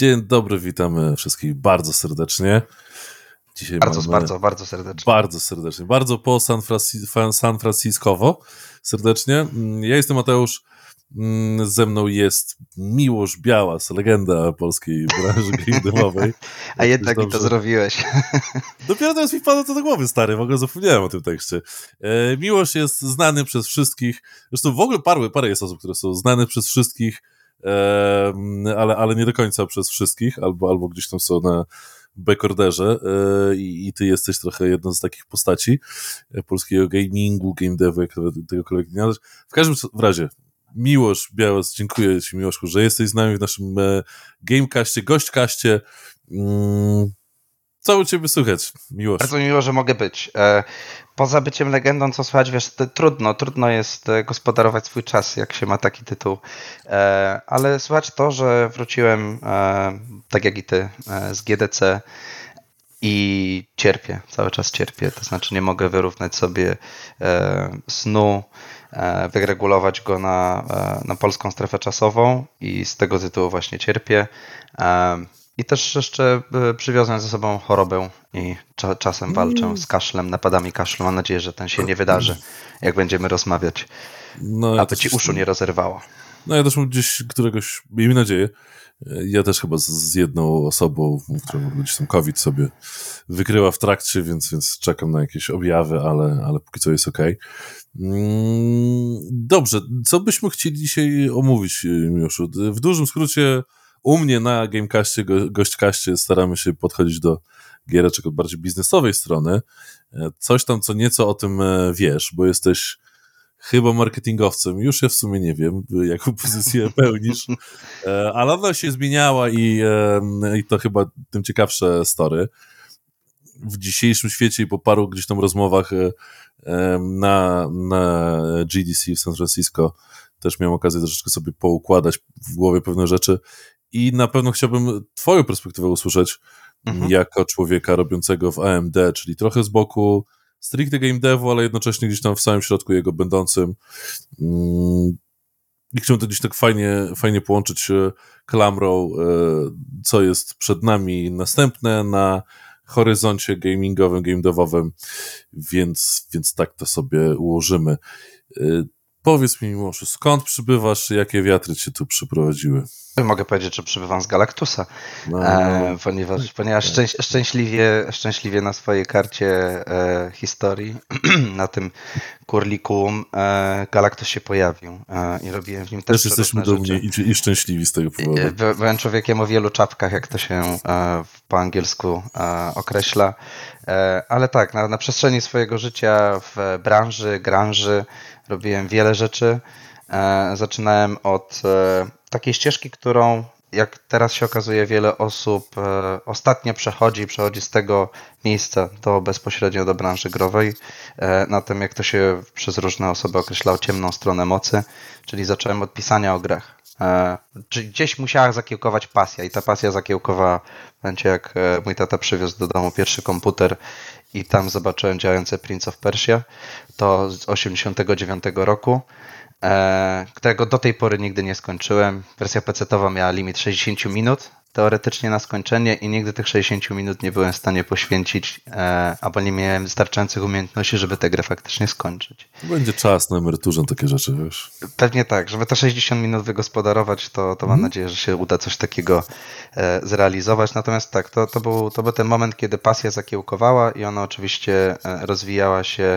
Dzień dobry, witamy wszystkich bardzo serdecznie. Dzisiaj bardzo serdecznie. Bardzo serdecznie. Bardzo po San Franciscowo serdecznie. Ja jestem Mateusz. Ze mną jest Miłosz Białas, legenda polskiej branży game-devowej. A jednak i to zrobiłeś. Dopiero teraz mi wpadło to do głowy, stary, w ogóle zapomniałem o tym tekście. Miłosz jest znany przez wszystkich, zresztą w ogóle parę jest osób, które są znane przez wszystkich, ale nie do końca przez wszystkich, albo gdzieś tam są na backorderze i ty jesteś trochę jedną z takich postaci polskiego gamingu, game devu, jak tegokolwiek nie nazwać. W każdym razie, Miłosz Białas, dziękuję ci, Miłoszku, że jesteś z nami w naszym gamecastie, gośćkaście. Co u ciebie słychać, Miłosz? Bardzo miło, że mogę być. Poza byciem legendą, co słychać, wiesz, trudno jest gospodarować swój czas, jak się ma taki tytuł. Ale słychać to, że wróciłem, tak jak i ty, z GDC i cierpię, cały czas cierpię. To znaczy nie mogę wyrównać sobie snu, wyregulować go na polską strefę czasową i z tego tytułu właśnie cierpię. I też jeszcze przywiozłem ze sobą chorobę i czasem walczę z kaszlem, napadami kaszlu. Mam nadzieję, że ten się nie wydarzy, jak będziemy rozmawiać, aby ci uszu nie rozerwało. No ja też mam gdzieś któregoś, miejmy nadzieję, ja też chyba z jedną osobą, która gdzieś tam COVID sobie wykryła w trakcie, więc czekam na jakieś objawy, ale póki co jest okej. Dobrze, co byśmy chcieli dzisiaj omówić, Miłoszu? W dużym skrócie u mnie na Gamecastie, gośćkaście staramy się podchodzić do giereczek od bardziej biznesowej strony. Coś tam, co nieco o tym wiesz, bo jesteś chyba marketingowcem. Już ja w sumie nie wiem, jaką pozycję pełnisz, ale ona się zmieniała i to chyba tym ciekawsze story. W dzisiejszym świecie i po paru gdzieś tam rozmowach na GDC w San Francisco też miałem okazję troszeczkę sobie poukładać w głowie pewne rzeczy i na pewno chciałbym twoją perspektywę usłyszeć jako człowieka robiącego w AMD, czyli trochę z boku stricte game devu, ale jednocześnie gdzieś tam w samym środku jego będącym. I chciałbym to gdzieś tak fajnie połączyć klamrą, co jest przed nami następne na horyzoncie gamingowym, game devowym, więc tak to sobie ułożymy. Powiedz mi, Miłoszu, skąd przybywasz, jakie wiatry cię tu przyprowadziły? Mogę powiedzieć, że przybywam z Galactusa, ponieważ szczęśliwie na swojej karcie historii, na tym kurlikum, Galactus się pojawił i robiłem w nim też jesteśmy dumni i szczęśliwi z tego powodu. Byłem człowiekiem o wielu czapkach, jak to się po angielsku określa, ale tak, na przestrzeni swojego życia w granży robiłem wiele rzeczy. Zaczynałem od takiej ścieżki, którą, jak teraz się okazuje, wiele osób ostatnio przechodzi z tego miejsca bezpośrednio do branży growej, na tym, jak to się przez różne osoby określało, ciemną stronę mocy, czyli zacząłem od pisania o grach. Czyli gdzieś musiała zakiełkować pasja i ta pasja zakiełkowała w momencie, jak mój tata przywiózł do domu pierwszy komputer i tam zobaczyłem działające Prince of Persia, to z 1989 roku, którego do tej pory nigdy nie skończyłem. Wersja PC-towa miała limit 60 minut teoretycznie na skończenie i nigdy tych 60 minut nie byłem w stanie poświęcić, albo nie miałem wystarczających umiejętności, żeby tę grę faktycznie skończyć. Będzie czas na emeryturze takie rzeczy, wiesz? Pewnie tak, żeby te 60 minut wygospodarować, to mam nadzieję, że się uda coś takiego zrealizować. Natomiast tak, to był ten moment, kiedy pasja zakiełkowała i ona oczywiście rozwijała się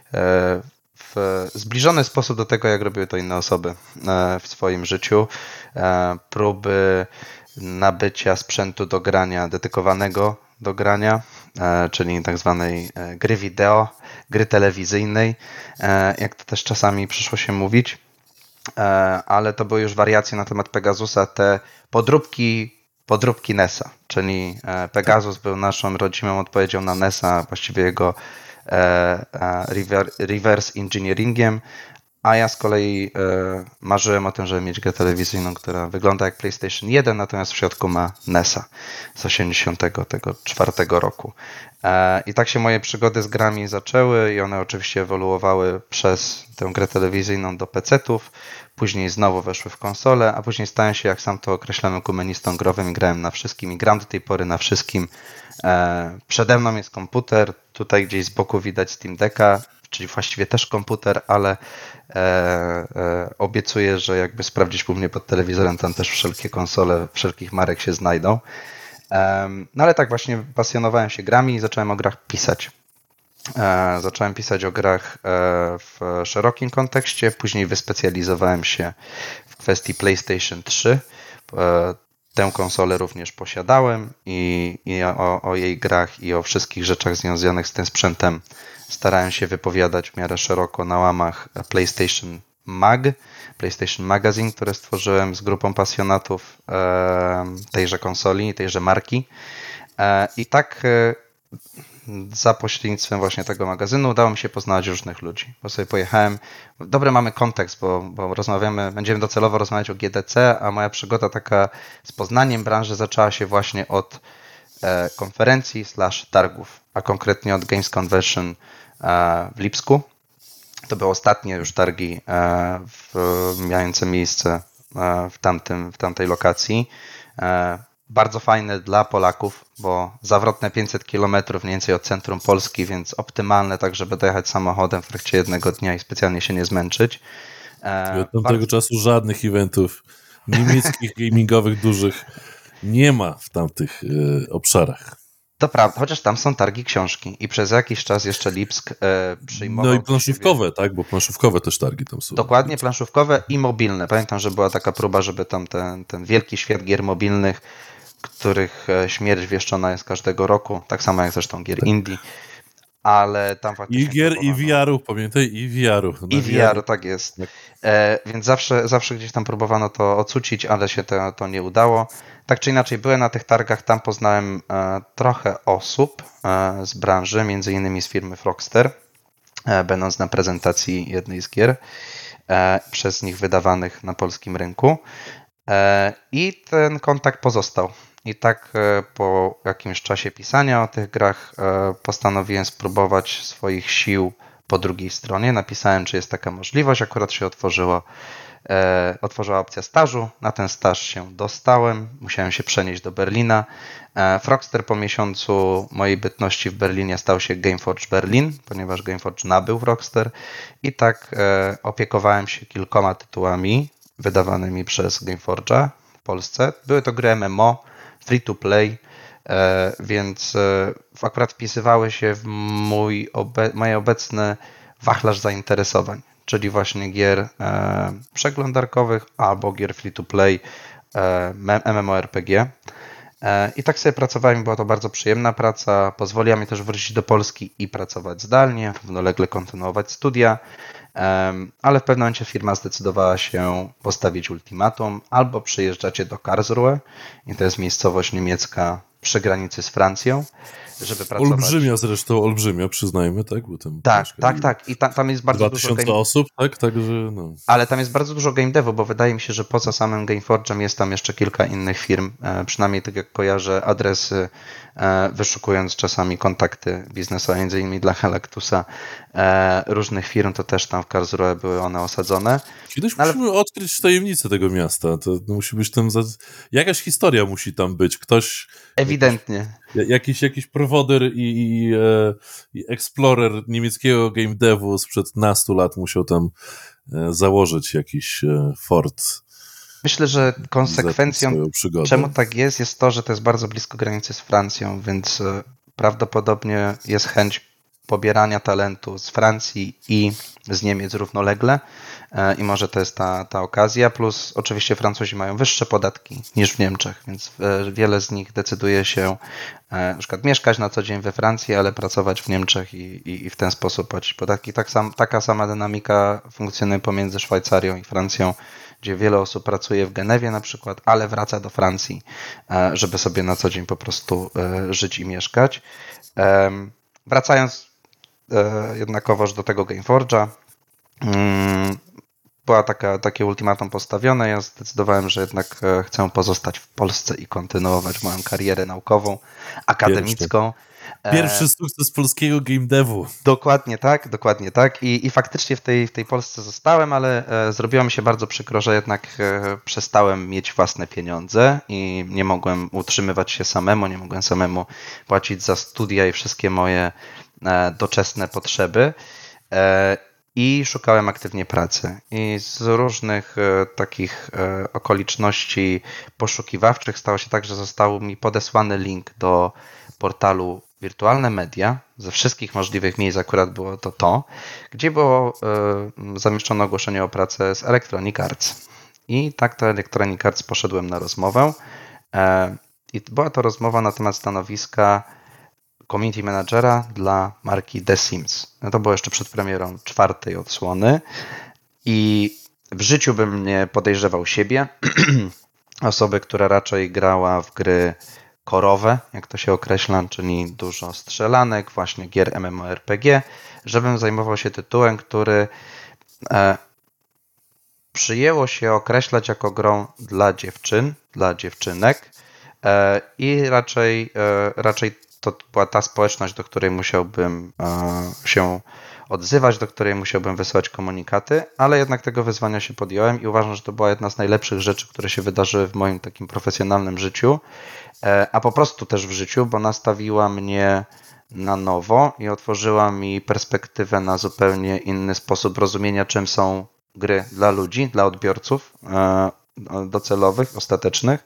w zbliżony sposób do tego, jak robiły to inne osoby w swoim życiu. Próby nabycia sprzętu do grania, dedykowanego do grania, czyli tak zwanej gry wideo, gry telewizyjnej, jak to też czasami przyszło się mówić, ale to były już wariacje na temat Pegasusa, te podróbki NES-a, czyli Pegasus był naszą rodzimą odpowiedzią na NES-a, właściwie jego reverse engineeringiem, A ja z kolei marzyłem o tym, żeby mieć grę telewizyjną, która wygląda jak PlayStation 1, natomiast w środku ma NES-a z 1984 roku. I tak się moje przygody z grami zaczęły i one oczywiście ewoluowały przez tę grę telewizyjną do PC-ów, później znowu weszły w konsolę, a później stałem się, jak sam to określałem, kumenistą growym i grałem na wszystkim i gram do tej pory na wszystkim. Przede mną jest komputer, tutaj gdzieś z boku widać Steam Decka, czyli właściwie też komputer, ale obiecuję, że jakby sprawdzić u mnie pod telewizorem, tam też wszelkie konsole wszelkich marek się znajdą. No ale tak właśnie pasjonowałem się grami i zacząłem o grach pisać. Zacząłem pisać o grach w szerokim kontekście, później wyspecjalizowałem się w kwestii PlayStation 3. Tę konsolę również posiadałem i o jej grach i o wszystkich rzeczach związanych z tym sprzętem starałem się wypowiadać w miarę szeroko na łamach PlayStation Magazine, które stworzyłem z grupą pasjonatów tejże konsoli, tejże marki. I tak za pośrednictwem właśnie tego magazynu udało mi się poznać różnych ludzi, bo sobie pojechałem. Dobry mamy kontekst, bo będziemy docelowo rozmawiać o GDC, a moja przygoda taka z poznaniem branży zaczęła się właśnie od konferencji / targów, a konkretnie od Games Convention w Lipsku. To były ostatnie już targi mające miejsce w tamtej lokacji. Bardzo fajne dla Polaków, bo zawrotne 500 km mniej więcej od centrum Polski, więc optymalne tak, żeby dojechać samochodem w trakcie jednego dnia i specjalnie się nie zmęczyć. Od tamtego czasu żadnych eventów niemieckich, gamingowych, dużych nie ma w tamtych obszarach. To prawda, chociaż tam są targi książki i przez jakiś czas jeszcze Lipsk przyjmował... No i planszówkowe, tak? Bo planszówkowe też targi tam są. Dokładnie, planszówkowe i mobilne. Pamiętam, że była taka próba, żeby tam ten wielki świat gier mobilnych, których śmierć wieszczona jest każdego roku, tak samo jak zresztą gier indie, ale tam faktycznie... I gier, i VR-u, pamiętaj, i VR-u. I VR-u, tak jest. Więc zawsze gdzieś tam próbowano to ocucić, ale się to nie udało. Tak czy inaczej, byłem na tych targach, tam poznałem trochę osób z branży, między innymi z firmy Frogster, będąc na prezentacji jednej z gier przez nich wydawanych na polskim rynku. I ten kontakt pozostał. I tak po jakimś czasie pisania o tych grach postanowiłem spróbować swoich sił po drugiej stronie. Napisałem, czy jest taka możliwość. Akurat się otworzyła opcja stażu. Na ten staż się dostałem. Musiałem się przenieść do Berlina. Frogster po miesiącu mojej bytności w Berlinie stał się Gameforge Berlin, ponieważ Gameforge nabył Frogster. I tak opiekowałem się kilkoma tytułami wydawanymi przez Gameforge'a w Polsce. Były to gry MMO, free to play, więc akurat wpisywały się w mój obecny wachlarz zainteresowań, czyli właśnie gier przeglądarkowych albo gier free to play, MMORPG. I tak sobie pracowałem, była to bardzo przyjemna praca, pozwoliła mi też wrócić do Polski i pracować zdalnie, równolegle kontynuować studia, ale w pewnym momencie firma zdecydowała się postawić ultimatum, albo przyjeżdżacie do Karlsruhe, i to jest miejscowość niemiecka przy granicy z Francją, żeby pracować. Olbrzymia, przyznajmy, tak? Bo tam tak. I tam jest bardzo 2000 osób, tak? Także no. Ale tam jest bardzo dużo game devu, bo wydaje mi się, że poza samym Gameforge'em jest tam jeszcze kilka innych firm, przynajmniej tak jak kojarzę adresy, wyszukując czasami kontakty biznesowe, między innymi dla Galactusa, różnych firm, to też tam w Karlsruhe były one osadzone. Kiedyś musimy odkryć tajemnicę tego miasta, to musi być tam, jakaś historia musi tam być, ktoś... Ewidentnie. Jakiś prowoder i explorer niemieckiego game devu sprzed nastu lat musiał tam założyć jakiś fort. Myślę, że konsekwencją, czemu tak jest to, że to jest bardzo blisko granicy z Francją, więc prawdopodobnie jest chęć pobierania talentu z Francji i z Niemiec równolegle i może to jest ta okazja, plus oczywiście Francuzi mają wyższe podatki niż w Niemczech, więc wiele z nich decyduje się na przykład mieszkać na co dzień we Francji, ale pracować w Niemczech i w ten sposób płacić podatki. Taka sama dynamika funkcjonuje pomiędzy Szwajcarią i Francją, gdzie wiele osób pracuje w Genewie na przykład, ale wraca do Francji, żeby sobie na co dzień po prostu żyć i mieszkać. Wracając jednakowoż do tego Gameforge'a, była takie ultimatum postawione. Ja zdecydowałem, że jednak chcę pozostać w Polsce i kontynuować moją karierę naukową, akademicką. Pierwszy sukces polskiego game devu. Dokładnie tak. I faktycznie w tej Polsce zostałem, ale zrobiło mi się bardzo przykro, że jednak przestałem mieć własne pieniądze i nie mogłem utrzymywać się samemu, nie mogłem samemu płacić za studia i wszystkie moje doczesne potrzeby. I szukałem aktywnie pracy. I z różnych takich okoliczności poszukiwawczych stało się tak, że został mi podesłany link do portalu Wirtualne Media. Ze wszystkich możliwych miejsc akurat było to, gdzie było zamieszczone ogłoszenie o pracę z Electronic Arts. I tak do Electronic Arts poszedłem na rozmowę. I była to rozmowa na temat stanowiska community managera dla marki The Sims. To było jeszcze przed premierą 4. odsłony i w życiu bym nie podejrzewał siebie, osoby, która raczej grała w gry korowe, jak to się określa, czyli dużo strzelanek, właśnie gier MMORPG, żebym zajmował się tytułem, który przyjęło się określać jako grą dla dziewczyn, dla dziewczynek i raczej to była ta społeczność, do której musiałbym się odzywać, do której musiałbym wysyłać komunikaty, ale jednak tego wyzwania się podjąłem i uważam, że to była jedna z najlepszych rzeczy, które się wydarzyły w moim takim profesjonalnym życiu, a po prostu też w życiu, bo nastawiła mnie na nowo i otworzyła mi perspektywę na zupełnie inny sposób rozumienia, czym są gry dla ludzi, dla odbiorców docelowych, ostatecznych.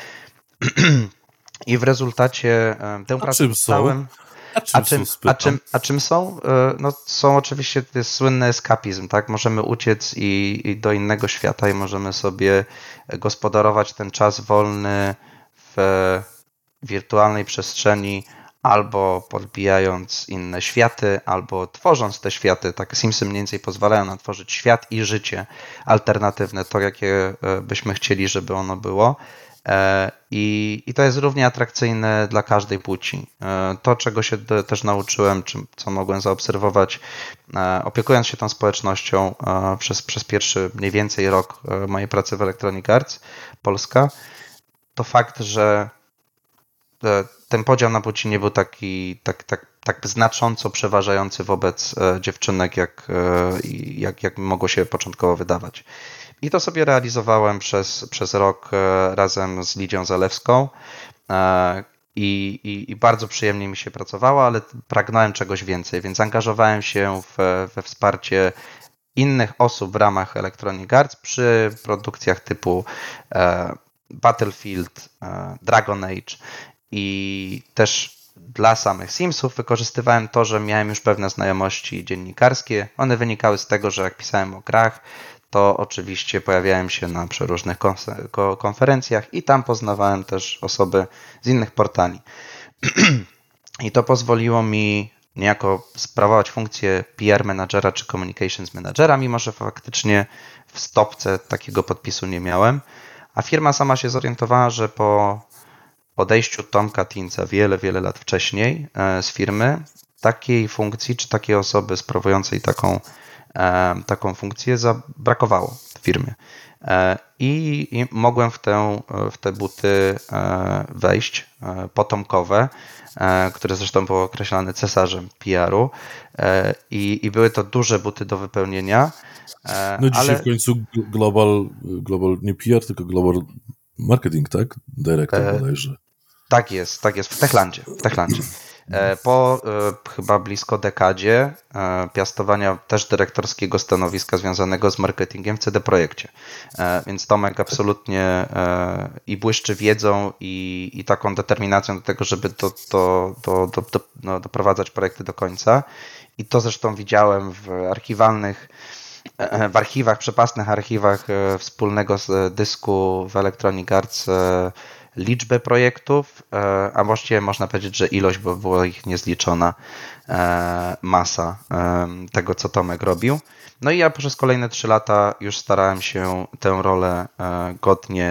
I w rezultacie tę pracę dostałem. A czym są? No, są oczywiście to jest słynny eskapizm, tak? Możemy uciec i do innego świata i możemy sobie gospodarować ten czas wolny w wirtualnej przestrzeni albo podbijając inne światy, albo tworząc te światy. Tak, Simsy mniej więcej pozwalają nam tworzyć świat i życie alternatywne, to jakie byśmy chcieli, żeby ono było. I to jest równie atrakcyjne dla każdej płci. To, czego się też nauczyłem, co mogłem zaobserwować, opiekując się tą społecznością przez pierwszy mniej więcej rok mojej pracy w Electronic Arts Polska, to fakt, że ten podział na płci nie był tak znacząco przeważający wobec dziewczynek, jak mogło się początkowo wydawać. I to sobie realizowałem przez rok razem z Lidią Zalewską i bardzo przyjemnie mi się pracowało, ale pragnąłem czegoś więcej, więc angażowałem się we wsparcie innych osób w ramach Electronic Arts przy produkcjach typu Battlefield, Dragon Age i też dla samych Simsów wykorzystywałem to, że miałem już pewne znajomości dziennikarskie. One wynikały z tego, że jak pisałem o grach, to oczywiście pojawiałem się na przeróżnych konferencjach i tam poznawałem też osoby z innych portali. I to pozwoliło mi niejako sprawować funkcję PR managera czy communications managera, mimo że faktycznie w stopce takiego podpisu nie miałem. A firma sama się zorientowała, że po odejściu Tomka Tinca wiele lat wcześniej z firmy, takiej funkcji czy takiej osoby sprawującej taką funkcję brakowało w firmie. I mogłem w te buty wejść potomkowe, które zresztą było określane cesarzem PR-u i były to duże buty do wypełnienia. No dzisiaj w końcu global nie PR, tylko global marketing, tak? Dyrektor bodajże. Tak jest, w Techlandzie. Po chyba blisko dekadzie piastowania też dyrektorskiego stanowiska związanego z marketingiem w CD Projekcie. Więc Tomek absolutnie i błyszczy wiedzą i taką determinacją do tego, żeby doprowadzać projekty do końca. I to zresztą widziałem w archiwach, przepastnych archiwach wspólnego dysku w Electronic Arts liczbę projektów, a właściwie można powiedzieć, że ilość, bo była ich niezliczona masa tego, co Tomek robił. No i ja przez kolejne 3 lata już starałem się tę rolę godnie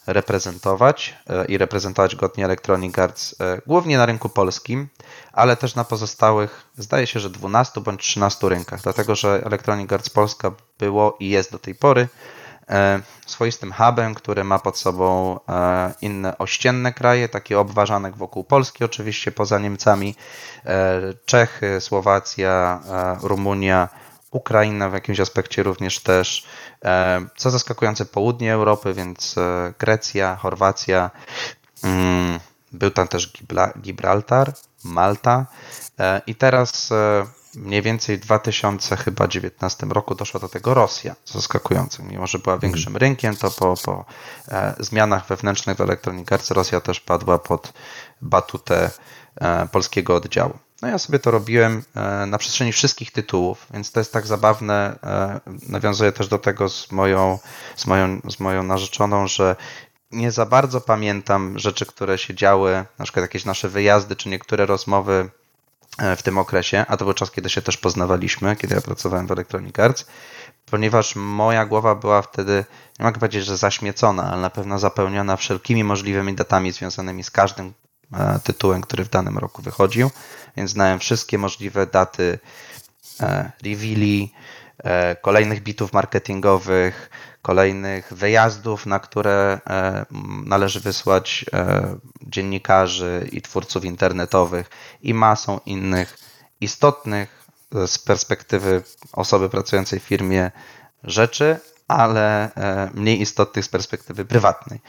reprezentować i reprezentować godnie Electronic Arts głównie na rynku polskim, ale też na pozostałych, zdaje się, że 12 bądź 13 rynkach, dlatego że Electronic Arts Polska było i jest do tej pory swoistym hubem, który ma pod sobą inne ościenne kraje, taki obwarzanek wokół Polski oczywiście, poza Niemcami, Czechy, Słowacja, Rumunia, Ukraina w jakimś aspekcie również też, co zaskakujące południe Europy, więc Grecja, Chorwacja, był tam też Gibraltar, Malta i teraz mniej więcej w 2019 roku doszła do tego Rosja, co zaskakujące. Mimo że była większym rynkiem, to po zmianach wewnętrznych w Electronic Arts Rosja też padła pod batutę polskiego oddziału. No ja sobie to robiłem na przestrzeni wszystkich tytułów, więc to jest tak zabawne. Nawiązuję też do tego z moją narzeczoną, że nie za bardzo pamiętam rzeczy, które się działy, na przykład jakieś nasze wyjazdy, czy niektóre rozmowy w tym okresie, a to był czas, kiedy się też poznawaliśmy, kiedy ja pracowałem w Electronic Arts, ponieważ moja głowa była wtedy, nie mogę powiedzieć, że zaśmiecona, ale na pewno zapełniona wszelkimi możliwymi datami związanymi z każdym tytułem, który w danym roku wychodził, więc znałem wszystkie możliwe daty reveali, kolejnych bitów marketingowych, kolejnych wyjazdów, na które należy wysłać dziennikarzy i twórców internetowych i masą innych istotnych z perspektywy osoby pracującej w firmie rzeczy, ale mniej istotnych z perspektywy prywatnej.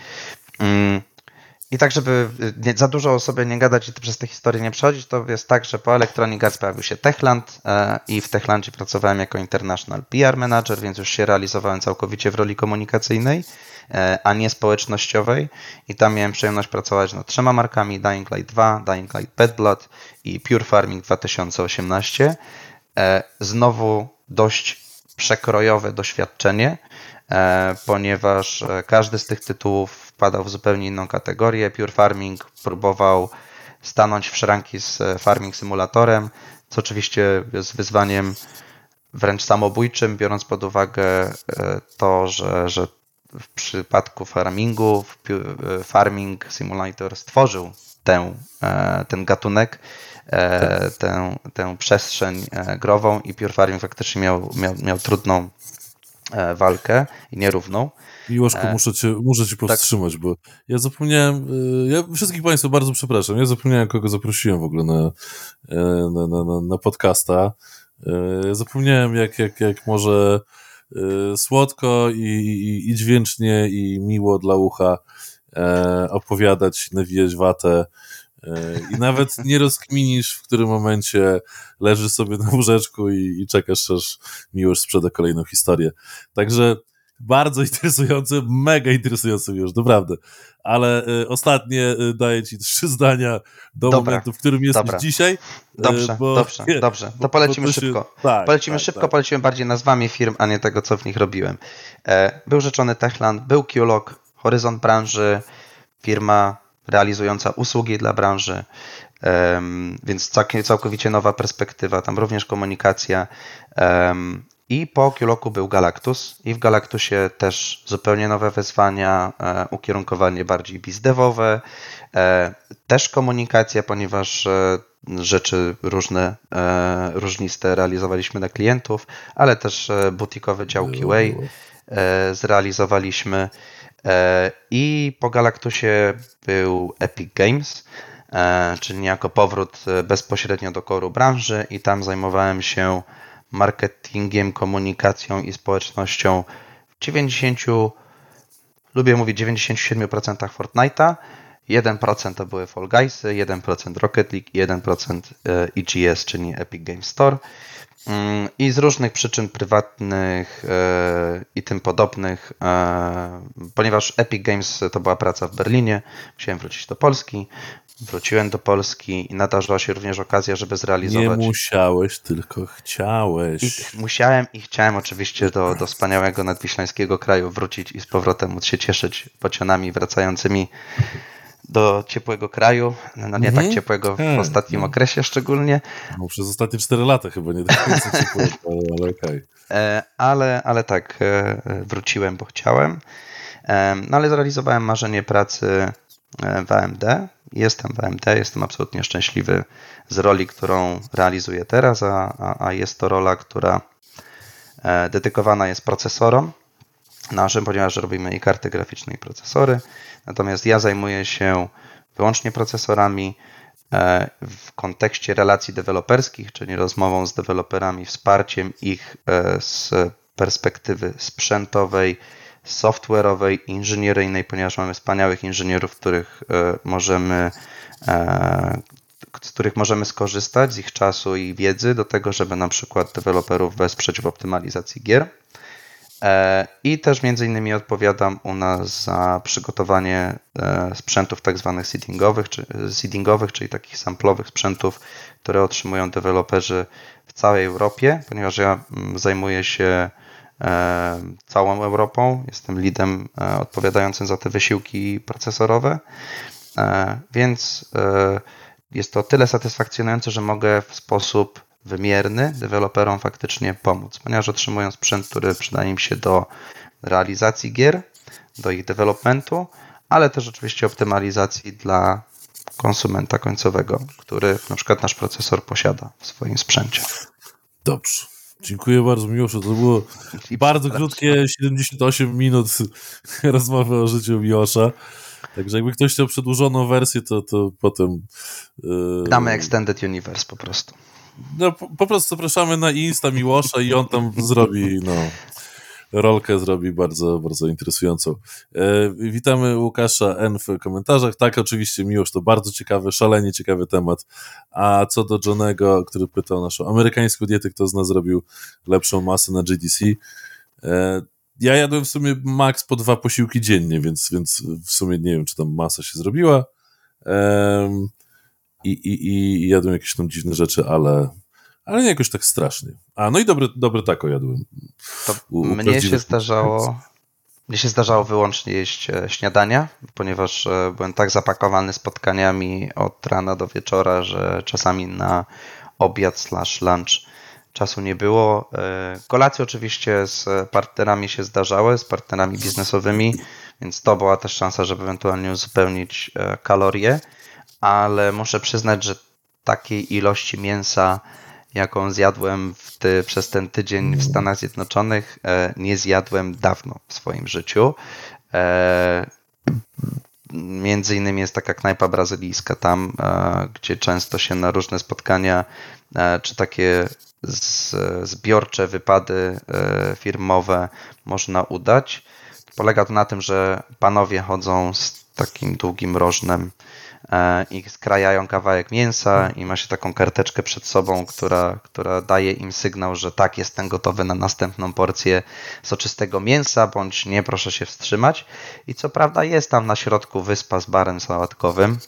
I tak, żeby za dużo o sobie nie gadać i przez te historie nie przechodzić, to jest tak, że po Electronic Arts pojawił się Techland i w Techlandzie pracowałem jako International PR Manager, więc już się realizowałem całkowicie w roli komunikacyjnej, a nie społecznościowej i tam miałem przyjemność pracować nad 3 markami, Dying Light 2, Dying Light Bad Blood i Pure Farming 2018. Znowu dość przekrojowe doświadczenie, ponieważ każdy z tych tytułów wpadał w zupełnie inną kategorię. Pure Farming próbował stanąć w szranki z Farming Simulatorem, co oczywiście jest wyzwaniem wręcz samobójczym, biorąc pod uwagę to, że w przypadku farmingu Farming Simulator stworzył ten gatunek, tę przestrzeń grową i Pure Farming faktycznie miał trudną walkę i nierówną. Miłoszku, muszę cię powstrzymać, bo ja zapomniałem, ja wszystkich Państwa bardzo przepraszam, ja zapomniałem, kogo zaprosiłem w ogóle na podcasta. Zapomniałem, jak może słodko i dźwięcznie i miło dla ucha opowiadać, nawijać watę i nawet nie rozkminisz, w którym momencie leżysz sobie na łóżeczku i czekasz, aż Miłosz sprzeda kolejną historię. Także bardzo interesujące, mega interesujące już, naprawdę. Ale ostatnie daję Ci 3 zdania do momentu, w którym jesteś dzisiaj. Dobrze. To polecimy szybko. Polecimy bardziej nazwami firm, a nie tego, co w nich robiłem. Był rzeczony Techland, był Qlog, horyzont branży, firma realizująca usługi dla branży, więc całkowicie nowa perspektywa, tam również komunikacja. I po Qlogu był Galactus i w Galactusie też zupełnie nowe wyzwania, ukierunkowanie bardziej bizdevowe, też komunikacja, ponieważ rzeczy różniste realizowaliśmy dla klientów, ale też butikowy dział QA zrealizowaliśmy. I po Galactusie był Epic Games, czyli niejako powrót bezpośrednio do koru branży i tam zajmowałem się marketingiem, komunikacją i społecznością w 97% Fortnite'a, 1% to były Fall Guysy, 1% Rocket League i 1% EGS, czyli Epic Games Store. I z różnych przyczyn prywatnych i tym podobnych, ponieważ Epic Games to była praca w Berlinie, musiałem wrócić do Polski. Wróciłem do Polski i nadarzyła się również okazja, żeby zrealizować... Nie musiałeś, tylko chciałeś. Musiałem i chciałem oczywiście do wspaniałego nadwiślańskiego kraju wrócić i z powrotem móc się cieszyć pocionami wracającymi do ciepłego kraju. No nie tak ciepłego w ostatnim okresie szczególnie. No, przez ostatnie 4 lata chyba nie tak ciepłego, ale okej. Ale tak, wróciłem, bo chciałem. No ale zrealizowałem marzenie pracy w AMD. Jestem w AMD, jestem absolutnie szczęśliwy z roli, którą realizuję teraz, a jest to rola, która dedykowana jest procesorom naszym, ponieważ robimy i karty graficzne, i procesory. Natomiast ja zajmuję się wyłącznie procesorami w kontekście relacji deweloperskich, czyli rozmową z deweloperami, wsparciem ich z perspektywy sprzętowej, software'owej, inżynieryjnej, ponieważ mamy wspaniałych inżynierów, z których możemy skorzystać, z ich czasu i wiedzy do tego, żeby na przykład deweloperów wesprzeć w optymalizacji gier. I też między innymi odpowiadam u nas za przygotowanie sprzętów tak zwanych seedingowych, czyli takich samplowych sprzętów, które otrzymują deweloperzy w całej Europie, ponieważ ja zajmuję się całą Europą, jestem leadem odpowiadającym za te wysiłki procesorowe, więc jest to tyle satysfakcjonujące, że mogę w sposób wymierny deweloperom faktycznie pomóc, ponieważ otrzymują sprzęt, który przyda im się do realizacji gier, do ich developmentu, ale też oczywiście optymalizacji dla konsumenta końcowego, który na przykład nasz procesor posiada w swoim sprzęcie. Dobrze. Dziękuję bardzo, Miłoszu. To było bardzo krótkie 78 minut rozmowy o życiu Miłosza. Także jakby ktoś chciał przedłużoną wersję, to potem... Damy Extended Universe po prostu. No, po prostu zapraszamy na Insta Miłosza i on tam zrobi, rolkę zrobi bardzo, bardzo interesującą. Witamy Łukasza N w komentarzach. Tak, oczywiście Miłosz, to bardzo ciekawy, szalenie ciekawy temat. A co do Johnego, który pytał naszą amerykańską dietę, kto z nas zrobił lepszą masę na GDC. Ja jadłem w sumie max po 2 posiłki dziennie, więc w sumie nie wiem, czy tam masa się zrobiła. I jadłem jakieś tam dziwne rzeczy, ale nie jakoś tak strasznie. No i dobre taco jadłem. Mnie się zdarzało wyłącznie jeść śniadania, ponieważ byłem tak zapakowany spotkaniami od rana do wieczora, że czasami na obiad / lunch czasu nie było. Kolacje oczywiście z partnerami się zdarzały, z partnerami biznesowymi, więc to była też szansa, żeby ewentualnie uzupełnić kalorie, ale muszę przyznać, że takiej ilości mięsa, jaką zjadłem przez ten tydzień w Stanach Zjednoczonych, nie zjadłem dawno w swoim życiu. Między innymi jest taka knajpa brazylijska tam, gdzie często się na różne spotkania czy takie zbiorcze wypady firmowe można udać. Polega to na tym, że panowie chodzą z takim długim rożnem i skrajają kawałek mięsa i ma się taką karteczkę przed sobą, która daje im sygnał, że tak, jestem gotowy na następną porcję soczystego mięsa, bądź nie, proszę się wstrzymać. I co prawda jest tam na środku wyspa z barem sałatkowym,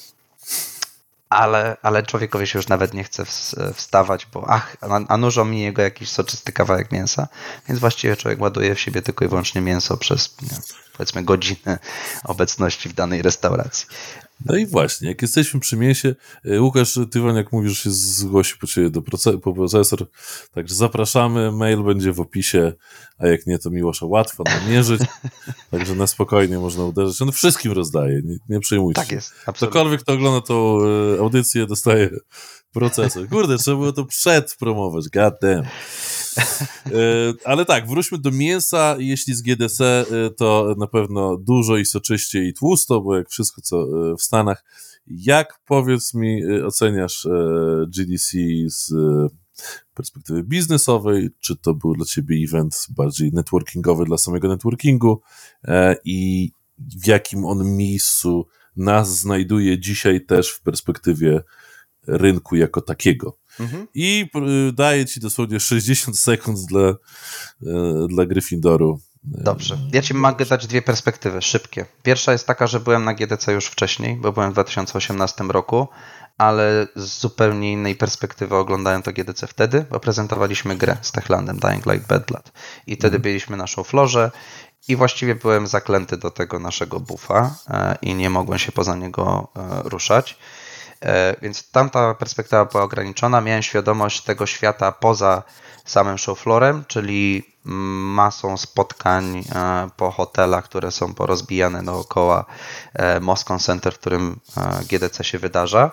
ale człowiekowi się już nawet nie chce wstawać, bo a nużą mi jego jakiś soczysty kawałek mięsa, więc właściwie człowiek ładuje w siebie tylko i wyłącznie mięso przez, powiedzmy, godzinę obecności w danej restauracji. No i właśnie, jak jesteśmy przy mięsie, Łukasz Tywan, jak mówisz, się zgłosił po ciebie po procesor, także zapraszamy, mail będzie w opisie, a jak nie, to Miłosza łatwo namierzyć, także na spokojnie można uderzyć. On wszystkim rozdaje, nie przejmujcie się. Tak jest, absolutnie. Ktokolwiek, kto ogląda tą audycję, dostaje procesor. Kurde, trzeba było to przedpromować, god damn. Ale tak, wróćmy do mięsa. Jeśli z GDC, to na pewno dużo i soczyście i tłusto, bo jak wszystko co w Stanach. Jak, powiedz mi, oceniasz GDC z perspektywy biznesowej? Czy to był dla ciebie event bardziej networkingowy dla samego networkingu i w jakim on miejscu nas znajduje dzisiaj też w perspektywie rynku jako takiego? I daję ci dosłownie 60 sekund dla Gryffindoru. Dobrze. Ja ci mogę dać 2 perspektywy, szybkie. Pierwsza jest taka, że byłem na GDC już wcześniej, bo byłem w 2018 roku, ale z zupełnie innej perspektywy oglądałem to GDC wtedy, bo prezentowaliśmy grę z Techlandem, Dying Light Bad Blood. I wtedy byliśmy na showfloorze i właściwie byłem zaklęty do tego naszego buffa i nie mogłem się poza niego ruszać. Więc tamta perspektywa była ograniczona. Miałem świadomość tego świata poza samym showfloorem, czyli masą spotkań po hotelach, które są porozbijane dookoła Moscone Center, w którym GDC się wydarza.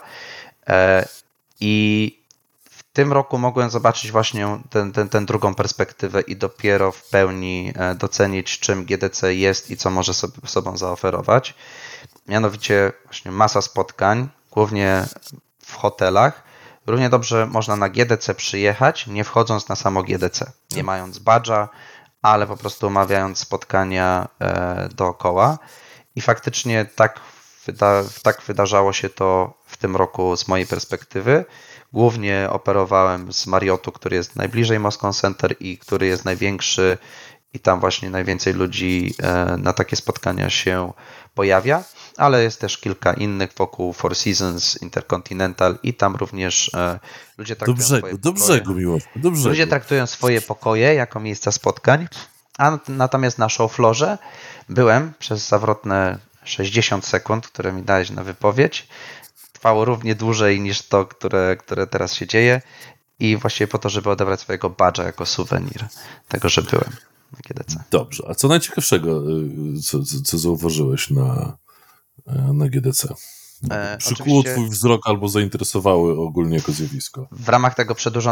I w tym roku mogłem zobaczyć właśnie tę drugą perspektywę i dopiero w pełni docenić, czym GDC jest i co może sobą zaoferować. Mianowicie właśnie masa spotkań, głównie w hotelach. Równie dobrze można na GDC przyjechać, nie wchodząc na samo GDC, nie mając badża, ale po prostu omawiając spotkania dookoła. I faktycznie tak wydarzało się to w tym roku z mojej perspektywy. Głównie operowałem z Mariottu, który jest najbliżej Moscone Center i który jest największy i tam właśnie najwięcej ludzi na takie spotkania się pojawia, ale jest też kilka innych wokół Four Seasons, Intercontinental i tam również ludzie traktują Ludzie traktują swoje pokoje jako miejsca spotkań, a natomiast na show floorze byłem przez zawrotne 60 sekund, które mi dałeś na wypowiedź. Trwało równie dłużej niż to, które teraz się dzieje i właściwie po to, żeby odebrać swojego badża jako suwenir tego, że byłem na GDC. Dobrze, a co najciekawszego, co zauważyłeś na GDC? Przykuło twój wzrok albo zainteresowały ogólnie jako zjawisko? W ramach tego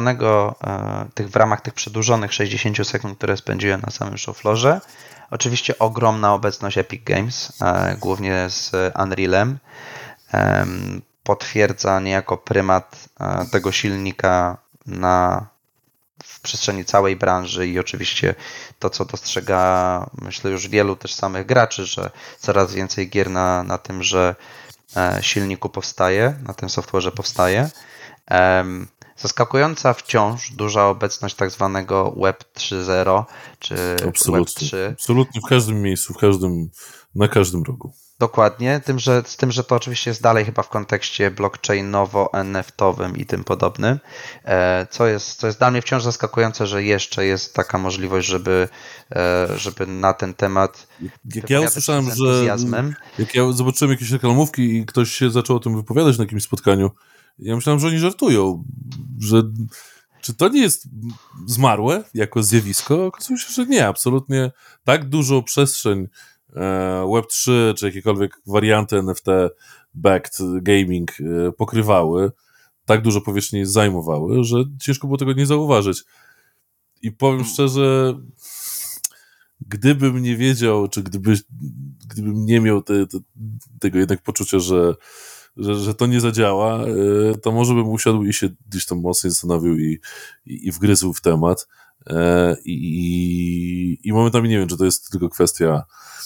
tych przedłużonych 60 sekund, które spędziłem na samym show floorze, oczywiście ogromna obecność Epic Games, głównie z Unrealem, potwierdza niejako prymat tego silnika w przestrzeni całej branży i oczywiście to, co dostrzega, myślę, już wielu też samych graczy, że coraz więcej gier na tymże silniku powstaje, na tym software'ze powstaje. Zaskakująca wciąż duża obecność tak zwanego Web 3.0 czy Web 3. Absolutnie w każdym miejscu, na każdym rogu. Dokładnie, z tym, że to oczywiście jest dalej chyba w kontekście blockchainowo-NFT-owym i tym podobnym, co jest dla mnie wciąż zaskakujące, że jeszcze jest taka możliwość, żeby na ten temat jak ja usłyszałem, jak ja zobaczyłem jakieś reklamówki i ktoś się zaczął o tym wypowiadać na jakimś spotkaniu, ja myślałem, że oni żartują, że czy to nie jest zmarłe jako zjawisko? Okazuje się, że nie, absolutnie tak dużo przestrzeń Web3 czy jakiekolwiek warianty NFT-backed gaming pokrywały, tak dużo powierzchni zajmowały, że ciężko było tego nie zauważyć. I powiem szczerze, gdybym nie wiedział, czy gdybym nie miał tego jednak poczucia, że to nie zadziała, to może bym usiadł i się gdzieś tam mocniej zastanowił i wgryzł w temat. I momentami nie wiem, czy to jest tylko kwestia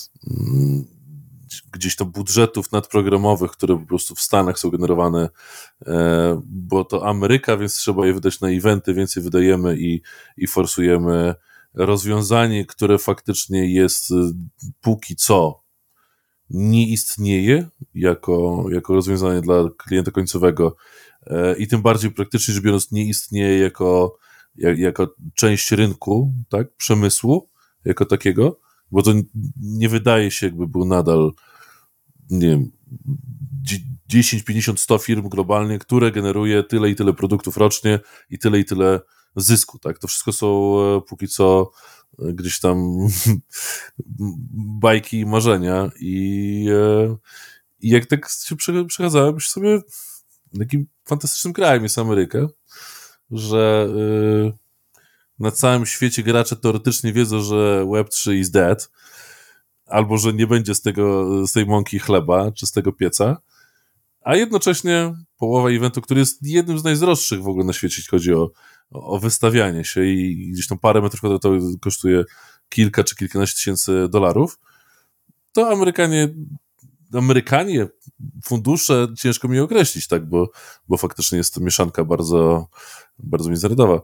gdzieś to budżetów nadprogramowych, które po prostu w Stanach są generowane, bo to Ameryka, więc trzeba je wydać na eventy, więcej wydajemy i forsujemy rozwiązanie, które faktycznie jest póki co nie istnieje jako rozwiązanie dla klienta końcowego i tym bardziej praktycznie rzecz biorąc nie istnieje jako część rynku, tak, przemysłu jako takiego, bo to nie wydaje się, jakby był nadal, nie wiem, 10, 50, 100 firm globalnie, które generuje tyle i tyle produktów rocznie i tyle zysku, tak? To wszystko są póki co gdzieś tam bajki i marzenia i jak tak się przechadzałem, myślę sobie, takim fantastycznym krajem jest Ameryka, że na całym świecie gracze teoretycznie wiedzą, że Web3 is dead, albo że nie będzie z tej mąki chleba, czy z tego pieca, a jednocześnie połowa eventu, który jest jednym z najdroższych w ogóle na świecie, jeśli chodzi o wystawianie się i gdzieś tam parę metrów kwadratowych kosztuje kilka czy kilkanaście tysięcy dolarów, to Amerykanie, fundusze, ciężko mi określić, tak, bo faktycznie jest to mieszanka bardzo, bardzo międzynarodowa.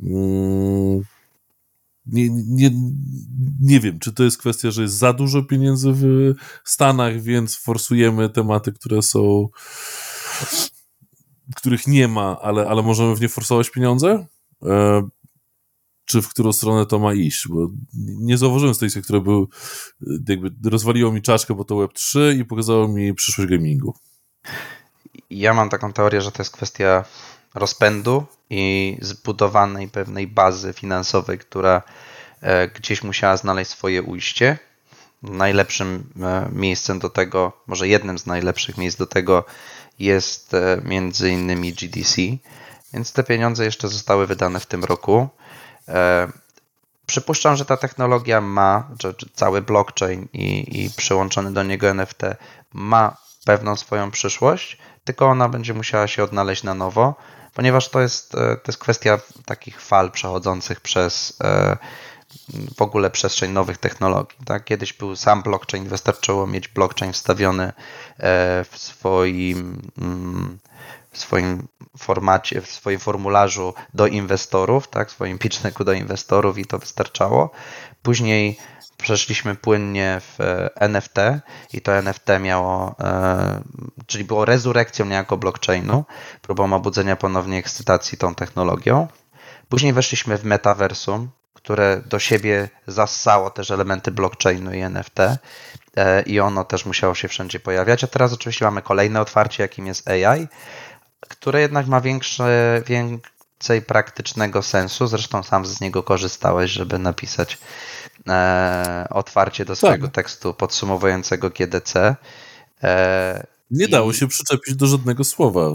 Nie wiem, czy to jest kwestia, że jest za dużo pieniędzy w Stanach, więc forsujemy tematy, których nie ma, ale możemy w nie forsować pieniądze? Czy w którą stronę to ma iść? Bo nie zauważyłem sytuacji, które rozwaliło mi czaszkę, bo to Web3 i pokazało mi przyszłość gamingu. Ja mam taką teorię, że to jest kwestia rozpędu i zbudowanej pewnej bazy finansowej, która gdzieś musiała znaleźć swoje ujście. Najlepszym miejscem do tego, może jednym z najlepszych miejsc do tego jest między innymi GDC, więc te pieniądze jeszcze zostały wydane w tym roku. Przypuszczam, że ta technologia ma, że cały blockchain i przyłączony do niego NFT ma pewną swoją przyszłość, tylko ona będzie musiała się odnaleźć na nowo, ponieważ to jest kwestia takich fal przechodzących przez w ogóle przestrzeń nowych technologii. Tak? Kiedyś był sam blockchain, wystarczyło mieć blockchain wstawiony w swoim formacie, w swoim formularzu do inwestorów, tak, w swoim pitch decku do inwestorów i to wystarczało. Później przeszliśmy płynnie w NFT i to NFT miało, czyli było rezurekcją niejako blockchainu, próbą obudzenia ponownie ekscytacji tą technologią. Później weszliśmy w metaversum, które do siebie zassało też elementy blockchainu i NFT i ono też musiało się wszędzie pojawiać, a teraz oczywiście mamy kolejne otwarcie, jakim jest AI, które jednak ma więcej praktycznego sensu, zresztą sam z niego korzystałeś, żeby napisać otwarcie do swojego tekstu podsumowującego GDC. Nie dało się przyczepić do żadnego słowa,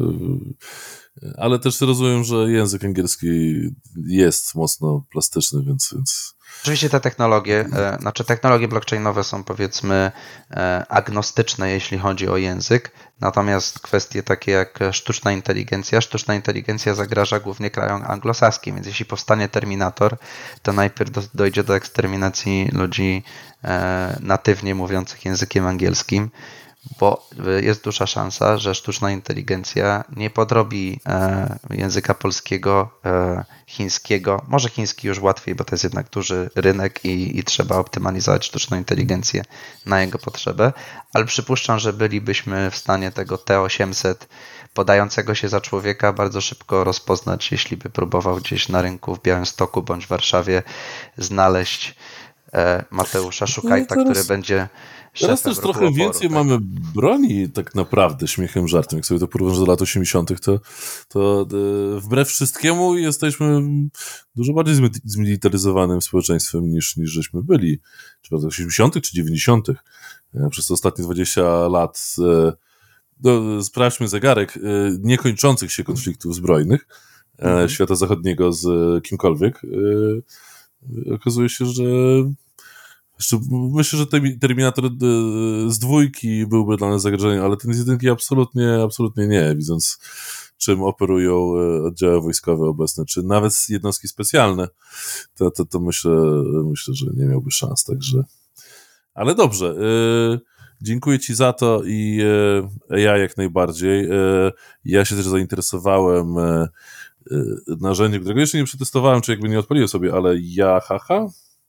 ale też rozumiem, że język angielski jest mocno plastyczny, więc... Oczywiście te technologie blockchainowe są powiedzmy agnostyczne, jeśli chodzi o język, natomiast kwestie takie jak sztuczna inteligencja zagraża głównie krajom anglosaskim, więc jeśli powstanie Terminator, to najpierw dojdzie do eksterminacji ludzi natywnie mówiących językiem angielskim, bo jest duża szansa, że sztuczna inteligencja nie podrobi języka polskiego, chińskiego. Może chiński już łatwiej, bo to jest jednak duży rynek i trzeba optymalizować sztuczną inteligencję na jego potrzebę, ale przypuszczam, że bylibyśmy w stanie tego T800 podającego się za człowieka bardzo szybko rozpoznać, jeśli by próbował gdzieś na rynku w Białymstoku bądź Warszawie znaleźć Mateusza Szukajta, który będzie teraz też trochę oporu, więcej tak? Mamy broni tak naprawdę, śmiechem, żartem. Jak sobie to porównać do lat 80., to wbrew wszystkiemu jesteśmy dużo bardziej zmilitaryzowanym społeczeństwem niż żeśmy byli. Czy w latach 80., czy 90. Przez ostatnie 20 lat sprawdźmy zegarek niekończących się konfliktów zbrojnych świata zachodniego z kimkolwiek. Okazuje się, że myślę, że Terminator z 2 byłby dla nas zagrożeniem, ale ten z 1 absolutnie nie, widząc czym operują oddziały wojskowe obecne, czy nawet jednostki specjalne, to myślę, że nie miałby szans, także... Ale dobrze, dziękuję Ci za to i AI jak najbardziej. Ja się też zainteresowałem narzędziem, którego jeszcze nie przetestowałem, czy jakby nie odpaliłem sobie, ale Yahaha,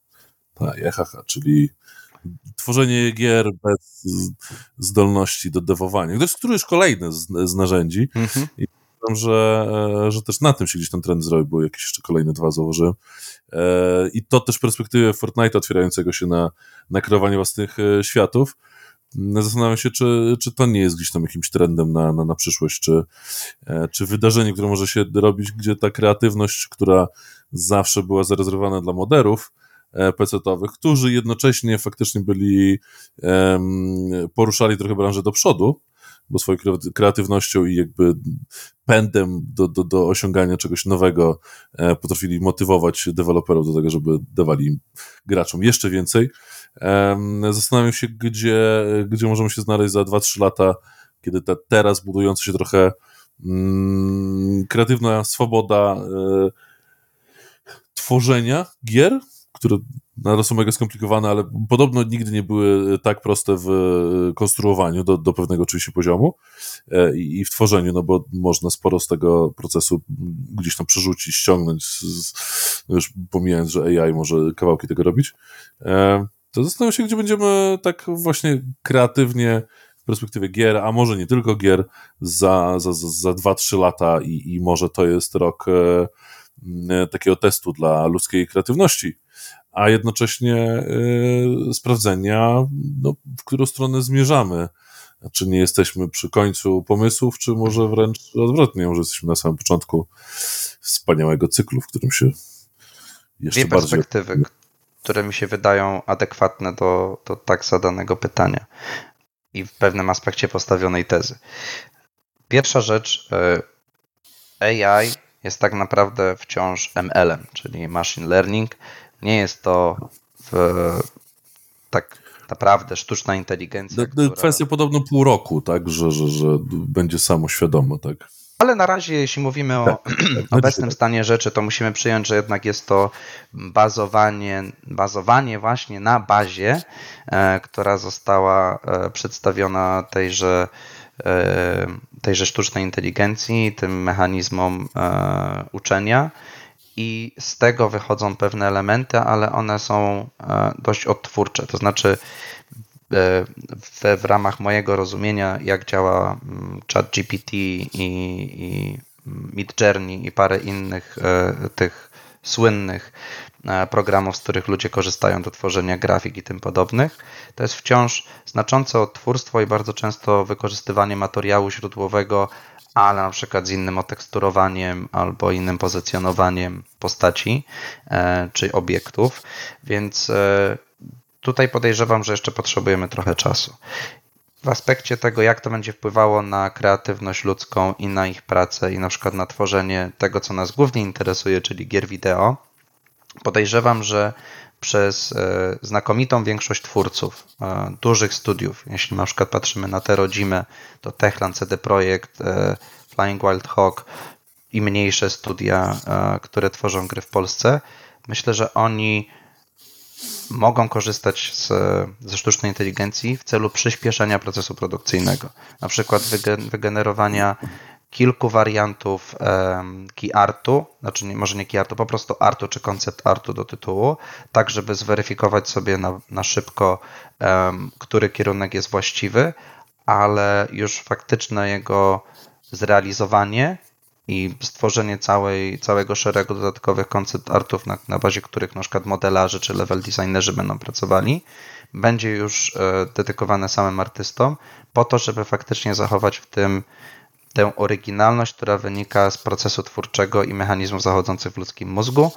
czyli tworzenie gier bez zdolności do dewowania. Który już kolejny z narzędzi. I myślę, że też na tym się gdzieś ten trend zrobił, bo jakieś jeszcze kolejne 2 założyłem. I to też perspektywę Fortnite'a otwierającego się na kreowanie własnych światów. Zastanawiam się, czy to nie jest gdzieś tam jakimś trendem na przyszłość, czy wydarzenie, które może się robić, gdzie ta kreatywność, która zawsze była zarezerwowana dla moderów PC-towych, którzy jednocześnie faktycznie poruszali trochę branżę do przodu, bo swoją kreatywnością i jakby pędem do osiągania czegoś nowego potrafili motywować deweloperów do tego, żeby dawali graczom jeszcze więcej. Zastanawiam się, gdzie możemy się znaleźć za 2-3 lata, kiedy ta teraz budująca się trochę kreatywna swoboda tworzenia gier, które nadal są mega skomplikowane, ale podobno nigdy nie były tak proste w konstruowaniu do pewnego oczywiście poziomu i w tworzeniu, no bo można sporo z tego procesu gdzieś tam przerzucić, ściągnąć, już pomijając, że AI może kawałki tego robić. To zastanawiam się, gdzie będziemy tak właśnie kreatywnie w perspektywie gier, a może nie tylko gier, za 2-3 lata i może to jest rok takiego testu dla ludzkiej kreatywności, a jednocześnie sprawdzenia, w którą stronę zmierzamy. Czy nie jesteśmy przy końcu pomysłów, czy może wręcz odwrotnie, może jesteśmy na samym początku wspaniałego cyklu, w którym się jeszcze Dwie bardziej... perspektywy, które mi się wydają adekwatne do tak zadanego pytania i w pewnym aspekcie postawionej tezy. Pierwsza rzecz, AI jest tak naprawdę wciąż ML-em, czyli machine learning. Nie jest to tak naprawdę sztuczna inteligencja, która... Kwestia podobno pół roku, tak, że będzie samoświadoma, tak. Ale na razie, jeśli mówimy o obecnym stanie rzeczy, to musimy przyjąć, że jednak jest to bazowanie właśnie na bazie, która została przedstawiona tejże sztucznej inteligencji, tym mechanizmom uczenia i z tego wychodzą pewne elementy, ale one są dość odtwórcze, to znaczy w ramach mojego rozumienia, jak działa ChatGPT i Midjourney i parę innych tych słynnych programów, z których ludzie korzystają do tworzenia grafik i tym podobnych, to jest wciąż znaczące odtwórstwo i bardzo często wykorzystywanie materiału źródłowego, ale na przykład z innym oteksturowaniem albo innym pozycjonowaniem postaci czy obiektów, więc tutaj podejrzewam, że jeszcze potrzebujemy trochę czasu. W aspekcie tego, jak to będzie wpływało na kreatywność ludzką i na ich pracę i na przykład na tworzenie tego, co nas głównie interesuje, czyli gier wideo, podejrzewam, że przez znakomitą większość twórców, dużych studiów, jeśli na przykład patrzymy na te rodzime, to Techland, CD Projekt, Flying Wild Hog i mniejsze studia, które tworzą gry w Polsce, myślę, że oni mogą korzystać ze sztucznej inteligencji w celu przyspieszenia procesu produkcyjnego. Na przykład wygenerowania kilku wariantów key artu, znaczy może nie key artu, po prostu artu czy koncept artu do tytułu, tak żeby zweryfikować sobie na szybko, który kierunek jest właściwy, ale już faktyczne jego zrealizowanie i stworzenie całego szeregu dodatkowych koncept artów, na bazie których na przykład modelarze czy level designerzy będą pracowali, będzie już dedykowane samym artystom po to, żeby faktycznie zachować w tym tę oryginalność, która wynika z procesu twórczego i mechanizmów zachodzących w ludzkim mózgu,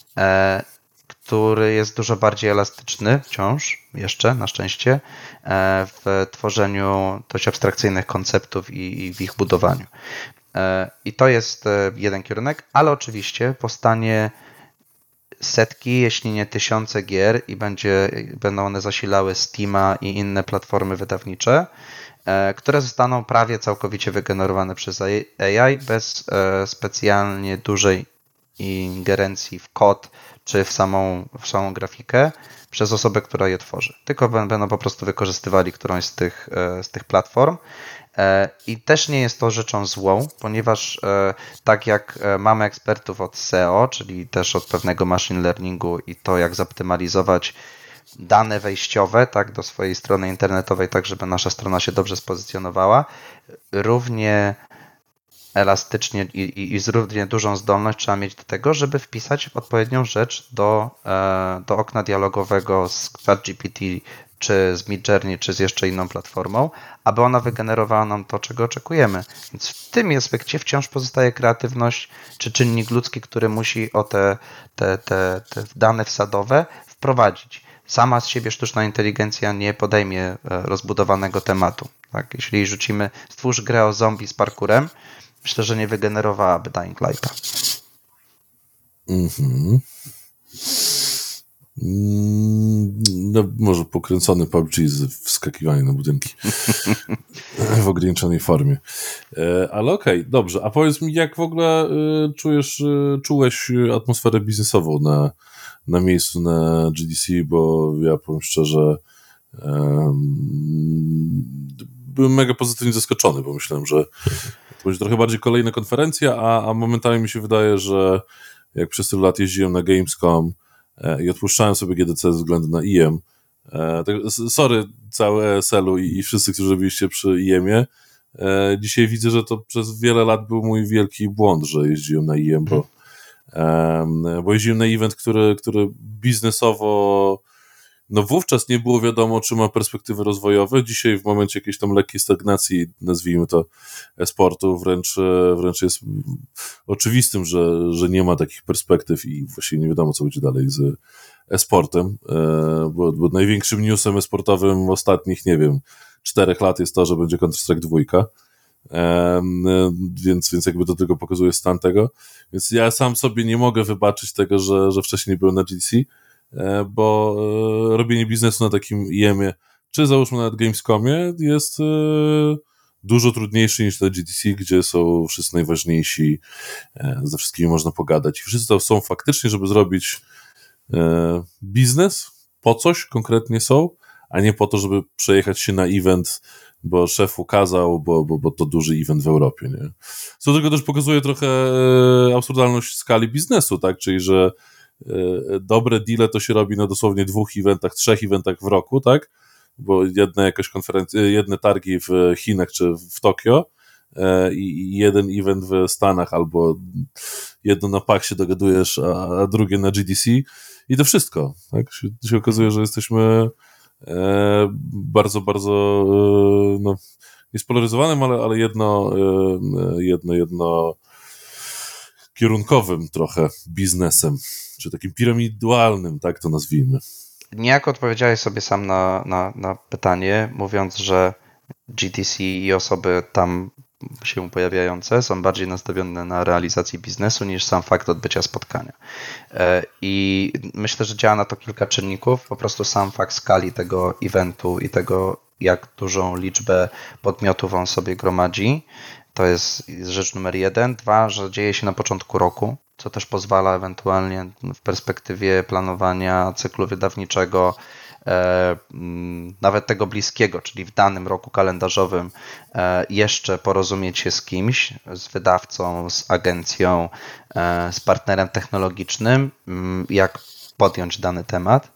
który jest dużo bardziej elastyczny wciąż, jeszcze na szczęście, w tworzeniu dość abstrakcyjnych konceptów i w ich budowaniu. I to jest jeden kierunek, ale oczywiście powstanie setki, jeśli nie tysiące gier i będą one zasilały Steama i inne platformy wydawnicze, które zostaną prawie całkowicie wygenerowane przez AI bez specjalnie dużej ingerencji w kod czy w samą grafikę przez osobę, która je tworzy. Tylko będą po prostu wykorzystywali którąś z tych platform. I też nie jest to rzeczą złą, ponieważ tak jak mamy ekspertów od SEO, czyli też od pewnego machine learningu i to, jak zoptymalizować dane wejściowe, tak, do swojej strony internetowej, tak żeby nasza strona się dobrze spozycjonowała, równie elastycznie i z równie dużą zdolność trzeba mieć do tego, żeby wpisać odpowiednią rzecz do okna dialogowego z ChatGPT, czy z Midjourney, czy z jeszcze inną platformą, aby ona wygenerowała nam to, czego oczekujemy. Więc w tym aspekcie wciąż pozostaje kreatywność, czy czynnik ludzki, który musi te dane wsadowe wprowadzić. Sama z siebie sztuczna inteligencja nie podejmie rozbudowanego tematu. Tak? Jeśli rzucimy stwórz grę o zombie z parkurem, myślę, że nie wygenerowałaby Dying Lighta. No, może pokręcony PUBG z wskakiwaniem na budynki w ograniczonej formie. Ale okej, dobrze. A powiedz mi, jak w ogóle czułeś atmosferę biznesową na miejscu na GDC, bo ja powiem szczerze, byłem mega pozytywnie zaskoczony, bo myślałem, że to będzie trochę bardziej kolejna konferencja, a momentami mi się wydaje, że jak przez tylu lat jeździłem na Gamescom i odpuszczałem sobie GDC ze względu na IEM. Sorry, całe ESL-u i wszyscy, którzy byliście przy IEM-ie. Dzisiaj widzę, że to przez wiele lat był mój wielki błąd, że jeździłem na IEM, bo jeździłem na event, który biznesowo no wówczas nie było wiadomo, czy ma perspektywy rozwojowe. Dzisiaj w momencie jakiejś tam lekkiej stagnacji, nazwijmy to, e-sportu, wręcz jest oczywistym, że nie ma takich perspektyw i właściwie nie wiadomo, co będzie dalej z e-sportem, bo największym newsem e-sportowym ostatnich, nie wiem, 4 lat jest to, że będzie Counter-Strike 2, więc jakby do tego pokazuje stan tego. Więc ja sam sobie nie mogę wybaczyć tego, że wcześniej byłem na GDC, bo robienie biznesu na takim IEM-ie, czy załóżmy nawet Gamescomie, jest dużo trudniejszy niż na GDC, gdzie są wszyscy najważniejsi, ze wszystkimi można pogadać i wszyscy to są faktycznie, żeby zrobić biznes, po coś konkretnie są, a nie po to, żeby przejechać się na event, bo szef ukazał, bo to duży event w Europie, nie? Co tylko też pokazuje trochę absurdalność skali biznesu, tak? Czyli, że dobre deale to się robi na dosłownie 2 eventach, 3 eventach w roku, tak? Bo jedne targi w Chinach czy w Tokio i jeden event w Stanach, albo jedno na PAX się dogadujesz, a drugie na GDC i to wszystko, tak? Się okazuje, że jesteśmy bardzo, bardzo no, niespolaryzowanym, ale jedno kierunkowym trochę biznesem, czy takim piramidualnym, tak to nazwijmy. Niejako odpowiedziałeś sobie sam na pytanie, mówiąc, że GTC i osoby tam się pojawiające są bardziej nastawione na realizację biznesu niż sam fakt odbycia spotkania. I myślę, że działa na to kilka czynników. Po prostu sam fakt skali tego eventu i tego, jak dużą liczbę podmiotów on sobie gromadzi, to jest rzecz numer 1. 2, że dzieje się na początku roku, co też pozwala ewentualnie w perspektywie planowania cyklu wydawniczego, nawet tego bliskiego, czyli w danym roku kalendarzowym, jeszcze porozumieć się z kimś, z wydawcą, z agencją, z partnerem technologicznym, jak podjąć dany temat.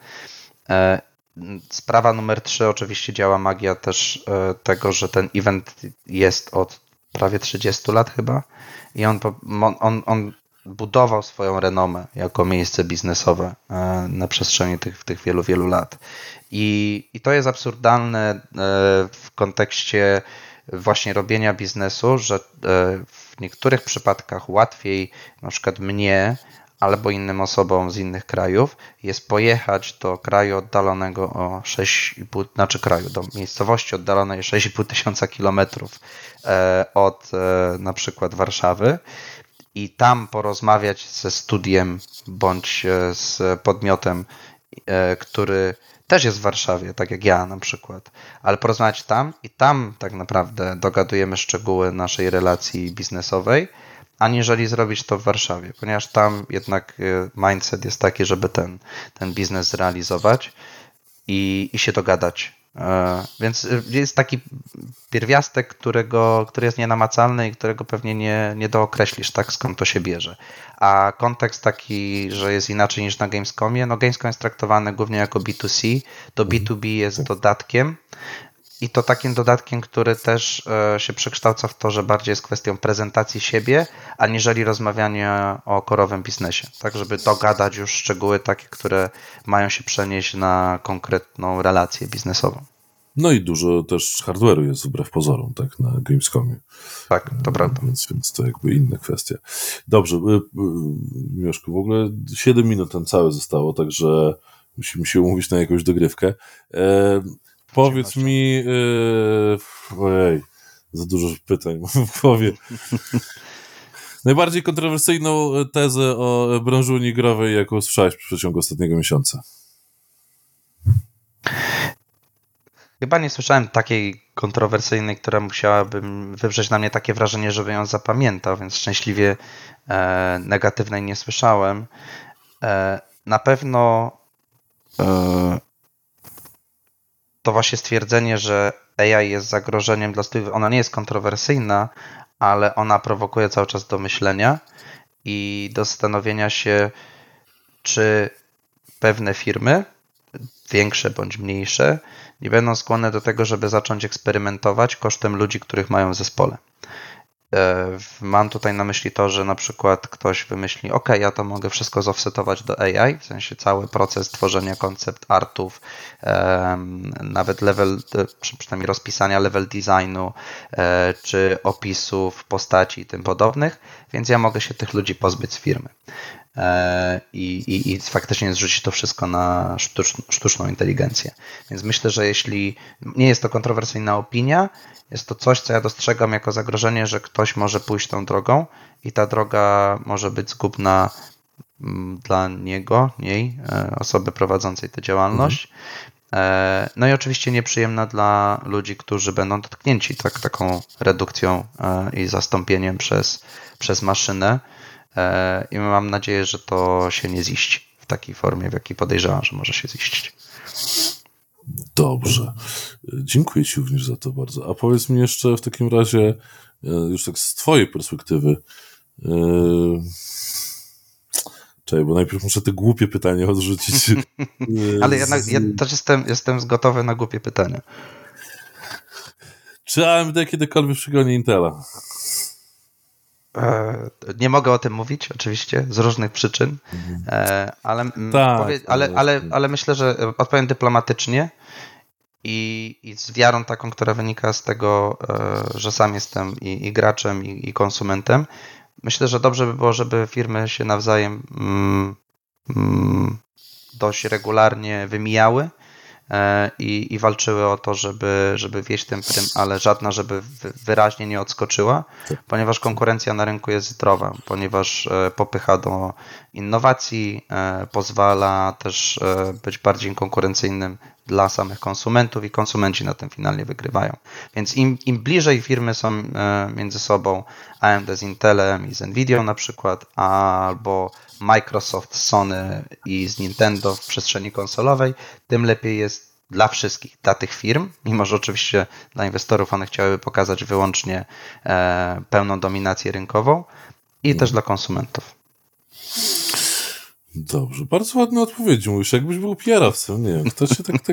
Sprawa numer 3, oczywiście działa magia też tego, że ten event jest od prawie 30 lat chyba i on budował swoją renomę jako miejsce biznesowe na przestrzeni tych wielu, wielu lat. I to jest absurdalne w kontekście właśnie robienia biznesu, że w niektórych przypadkach łatwiej na przykład mnie albo innym osobom z innych krajów jest pojechać do kraju oddalonego o 6,5, do miejscowości oddalonej 6,5 tysiąca kilometrów od na przykład Warszawy i tam porozmawiać ze studiem bądź z podmiotem, który też jest w Warszawie, tak jak ja na przykład, ale porozmawiać tam i tam tak naprawdę dogadujemy szczegóły naszej relacji biznesowej, aniżeli zrobić to w Warszawie, ponieważ tam jednak mindset jest taki, żeby ten biznes zrealizować i się dogadać. Więc jest taki pierwiastek, który jest nienamacalny i którego pewnie nie dookreślisz, tak, skąd to się bierze. A kontekst taki, że jest inaczej niż na Gamescomie, no Gamescom jest traktowany głównie jako B2C, to B2B jest dodatkiem i to takim dodatkiem, który też się przekształca w to, że bardziej jest kwestią prezentacji siebie, aniżeli rozmawiania o korowym biznesie, tak, żeby dogadać już szczegóły takie, które mają się przenieść na konkretną relację biznesową. No i dużo też hardware'u jest wbrew pozorom, tak, na Gamescomie. Tak, to prawda. Więc to jakby inna kwestia. Dobrze, Miłoszku, w ogóle 7 minut tam całe zostało, także musimy się umówić na jakąś dogrywkę. Powiedz mi, ojej, za dużo pytań mam w głowie. Najbardziej kontrowersyjną tezę o branży unigrowej, jaką słyszałeś w przeciągu ostatniego miesiąca? Chyba nie słyszałem takiej kontrowersyjnej, która musiałaby wywrzeć na mnie takie wrażenie, żebym ją zapamiętał, więc szczęśliwie negatywnej nie słyszałem. Na pewno to właśnie stwierdzenie, że AI jest zagrożeniem dla studiów, ona nie jest kontrowersyjna, ale ona prowokuje cały czas do myślenia i do zastanowienia się, czy pewne firmy, większe bądź mniejsze, nie będą skłonne do tego, żeby zacząć eksperymentować kosztem ludzi, których mają w zespole. Mam tutaj na myśli to, że na przykład ktoś wymyśli, OK, ja to mogę wszystko zoffsetować do AI, w sensie cały proces tworzenia koncept artów, nawet level, przynajmniej rozpisania level designu, czy opisów postaci i tym podobnych, więc ja mogę się tych ludzi pozbyć z firmy. I faktycznie zrzucić to wszystko na sztuczną inteligencję. Więc myślę, że jeśli nie jest to kontrowersyjna opinia, jest to coś, co ja dostrzegam jako zagrożenie, że ktoś może pójść tą drogą i ta droga może być zgubna dla niego, niej, osoby prowadzącej tę działalność. No i oczywiście nieprzyjemna dla ludzi, którzy będą dotknięci taką redukcją i zastąpieniem przez maszynę. I mam nadzieję, że to się nie ziści w takiej formie, w jakiej podejrzewam, że może się ziścić. Dobrze. Dziękuję Ci również za to bardzo. A powiedz mi jeszcze w takim razie, już tak z Twojej perspektywy, czekaj, bo najpierw muszę te głupie pytania odrzucić. Ale ja też jestem gotowy na głupie pytania. Czy AMD kiedykolwiek przegoni Intela? Nie mogę o tym mówić, oczywiście, z różnych przyczyn, ale myślę, że odpowiem dyplomatycznie i z wiarą taką, która wynika z tego, że sam jestem i graczem, i konsumentem. Myślę, że dobrze by było, żeby firmy się nawzajem dość regularnie wymijały i walczyły o to, żeby wieść ten prym, ale żadna, żeby wyraźnie nie odskoczyła, ponieważ konkurencja na rynku jest zdrowa, ponieważ popycha do innowacji, pozwala też być bardziej konkurencyjnym dla samych konsumentów i konsumenci na tym finalnie wygrywają. Więc im bliżej firmy są między sobą, AMD z Intelem i z Nvidią na przykład, albo Microsoft, Sony i z Nintendo w przestrzeni konsolowej, tym lepiej jest dla wszystkich, dla tych firm, mimo że oczywiście dla inwestorów one chciałyby pokazać wyłącznie pełną dominację rynkową i też dla konsumentów. Dobrze, bardzo ładne odpowiedzi mówisz, jakbyś był PR-owcem, nie wiem, kto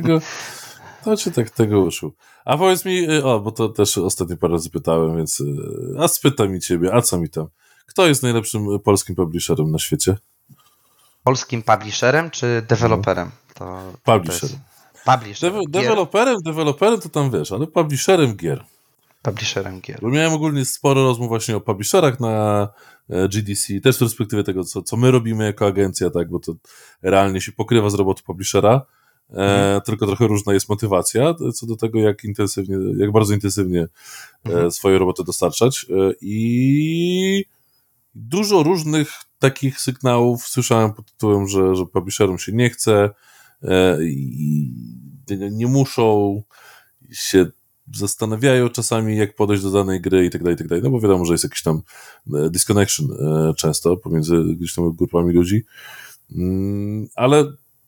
cię tak tego uczył. A powiedz mi, bo to też ostatnio parę razy pytałem, więc a spytam i ciebie, a co mi tam? Kto jest najlepszym polskim publisherem na świecie? Polskim publisherem czy deweloperem? Publisherem. Deweloperem to tam wiesz, ale publisherem gier. Publisherem gier. Bo miałem ogólnie sporo rozmów właśnie o publisherach na GDC, też z perspektywy tego, co my robimy jako agencja, tak, bo to realnie się pokrywa z roboty publishera, tylko trochę różna jest motywacja co do tego, jak bardzo intensywnie swoje roboty dostarczać i dużo różnych takich sygnałów słyszałem pod tytułem, że publisherom się nie chce i nie muszą się zastanawiają czasami, jak podejść do danej gry i tak dalej, no bo wiadomo, że jest jakiś tam disconnection często pomiędzy gdzieś tam grupami ludzi, ale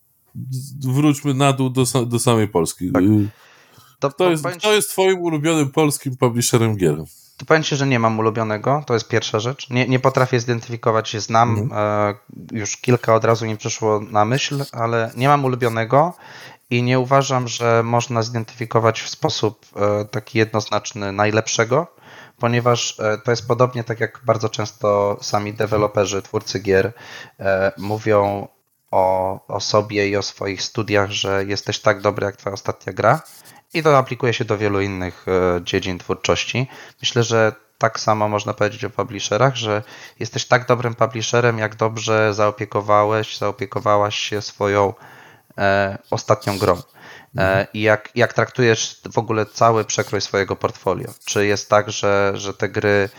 wróćmy na dół do samej Polski. Tak. Kto jest twoim ulubionym polskim publisherem gier? To powiem Ci, że nie mam ulubionego, to jest pierwsza rzecz. Nie potrafię zidentyfikować się, znam, już kilka od razu mi przyszło na myśl, ale nie mam ulubionego i nie uważam, że można zidentyfikować w sposób taki jednoznaczny najlepszego, ponieważ to jest podobnie tak jak bardzo często sami deweloperzy, twórcy gier mówią o sobie i o swoich studiach, że jesteś tak dobry jak twoja ostatnia gra. I to aplikuje się do wielu innych dziedzin twórczości. Myślę, że tak samo można powiedzieć o publisherach, że jesteś tak dobrym publisherem, jak dobrze zaopiekowałaś się swoją ostatnią grą. I jak traktujesz w ogóle cały przekrój swojego portfolio. Czy jest tak, że te gry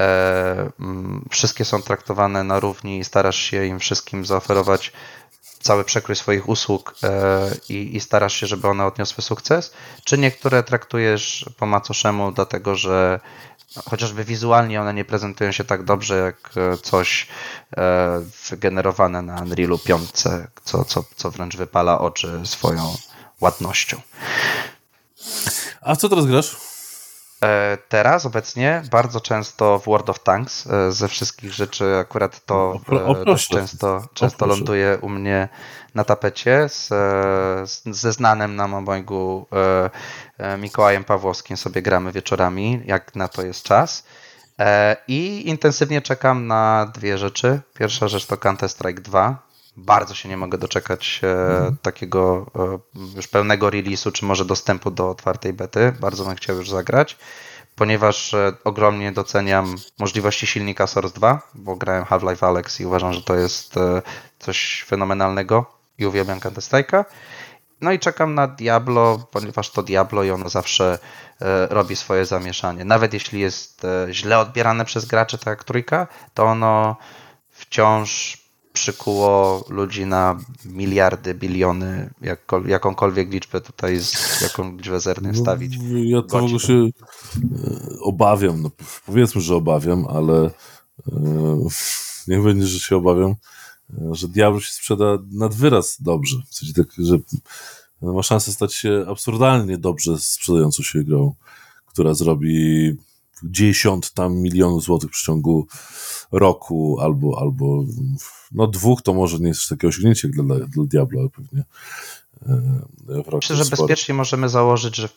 wszystkie są traktowane na równi i starasz się im wszystkim zaoferować cały przekrój swoich usług i starasz się, żeby one odniosły sukces, czy niektóre traktujesz po macoszemu, dlatego że chociażby wizualnie one nie prezentują się tak dobrze jak coś wygenerowane na Unrealu 5, co wręcz wypala oczy swoją ładnością. A co teraz grasz? Teraz obecnie bardzo często w World of Tanks ze wszystkich rzeczy akurat to dość często ląduje u mnie na tapecie ze znanym nam obojgu Mikołajem Pawłowskim sobie gramy wieczorami, jak na to jest czas. I intensywnie czekam na dwie rzeczy. Pierwsza rzecz to Counter-Strike 2. Bardzo się nie mogę doczekać takiego już pełnego release'u, czy może dostępu do otwartej bety. Bardzo bym chciał już zagrać, ponieważ ogromnie doceniam możliwości silnika Source 2, bo grałem Half-Life Alyx i uważam, że to jest coś fenomenalnego i uwielbiam Counter-Strike'a. No i czekam na Diablo, ponieważ to Diablo i ono zawsze robi swoje zamieszanie. Nawet jeśli jest źle odbierane przez graczy, tak jak trójka, to ono wciąż przykuło ludzi na miliardy, biliony, jakąkolwiek liczbę tutaj, jaką liczbę zernych stawić. Ja to w ogóle się obawiam, no powiedzmy, że obawiam, ale niech będzie, że się obawiam, że Diablo się sprzeda nad wyraz dobrze. W sensie tak, że ma szansę stać się absurdalnie dobrze sprzedającą się grą, która zrobi 10 tam milionów złotych w przeciągu roku, albo no 2 to może nie jest takie osiągnięcie dla Diablo, ale pewnie w roku. Myślę, że bezpiecznie możemy założyć, że w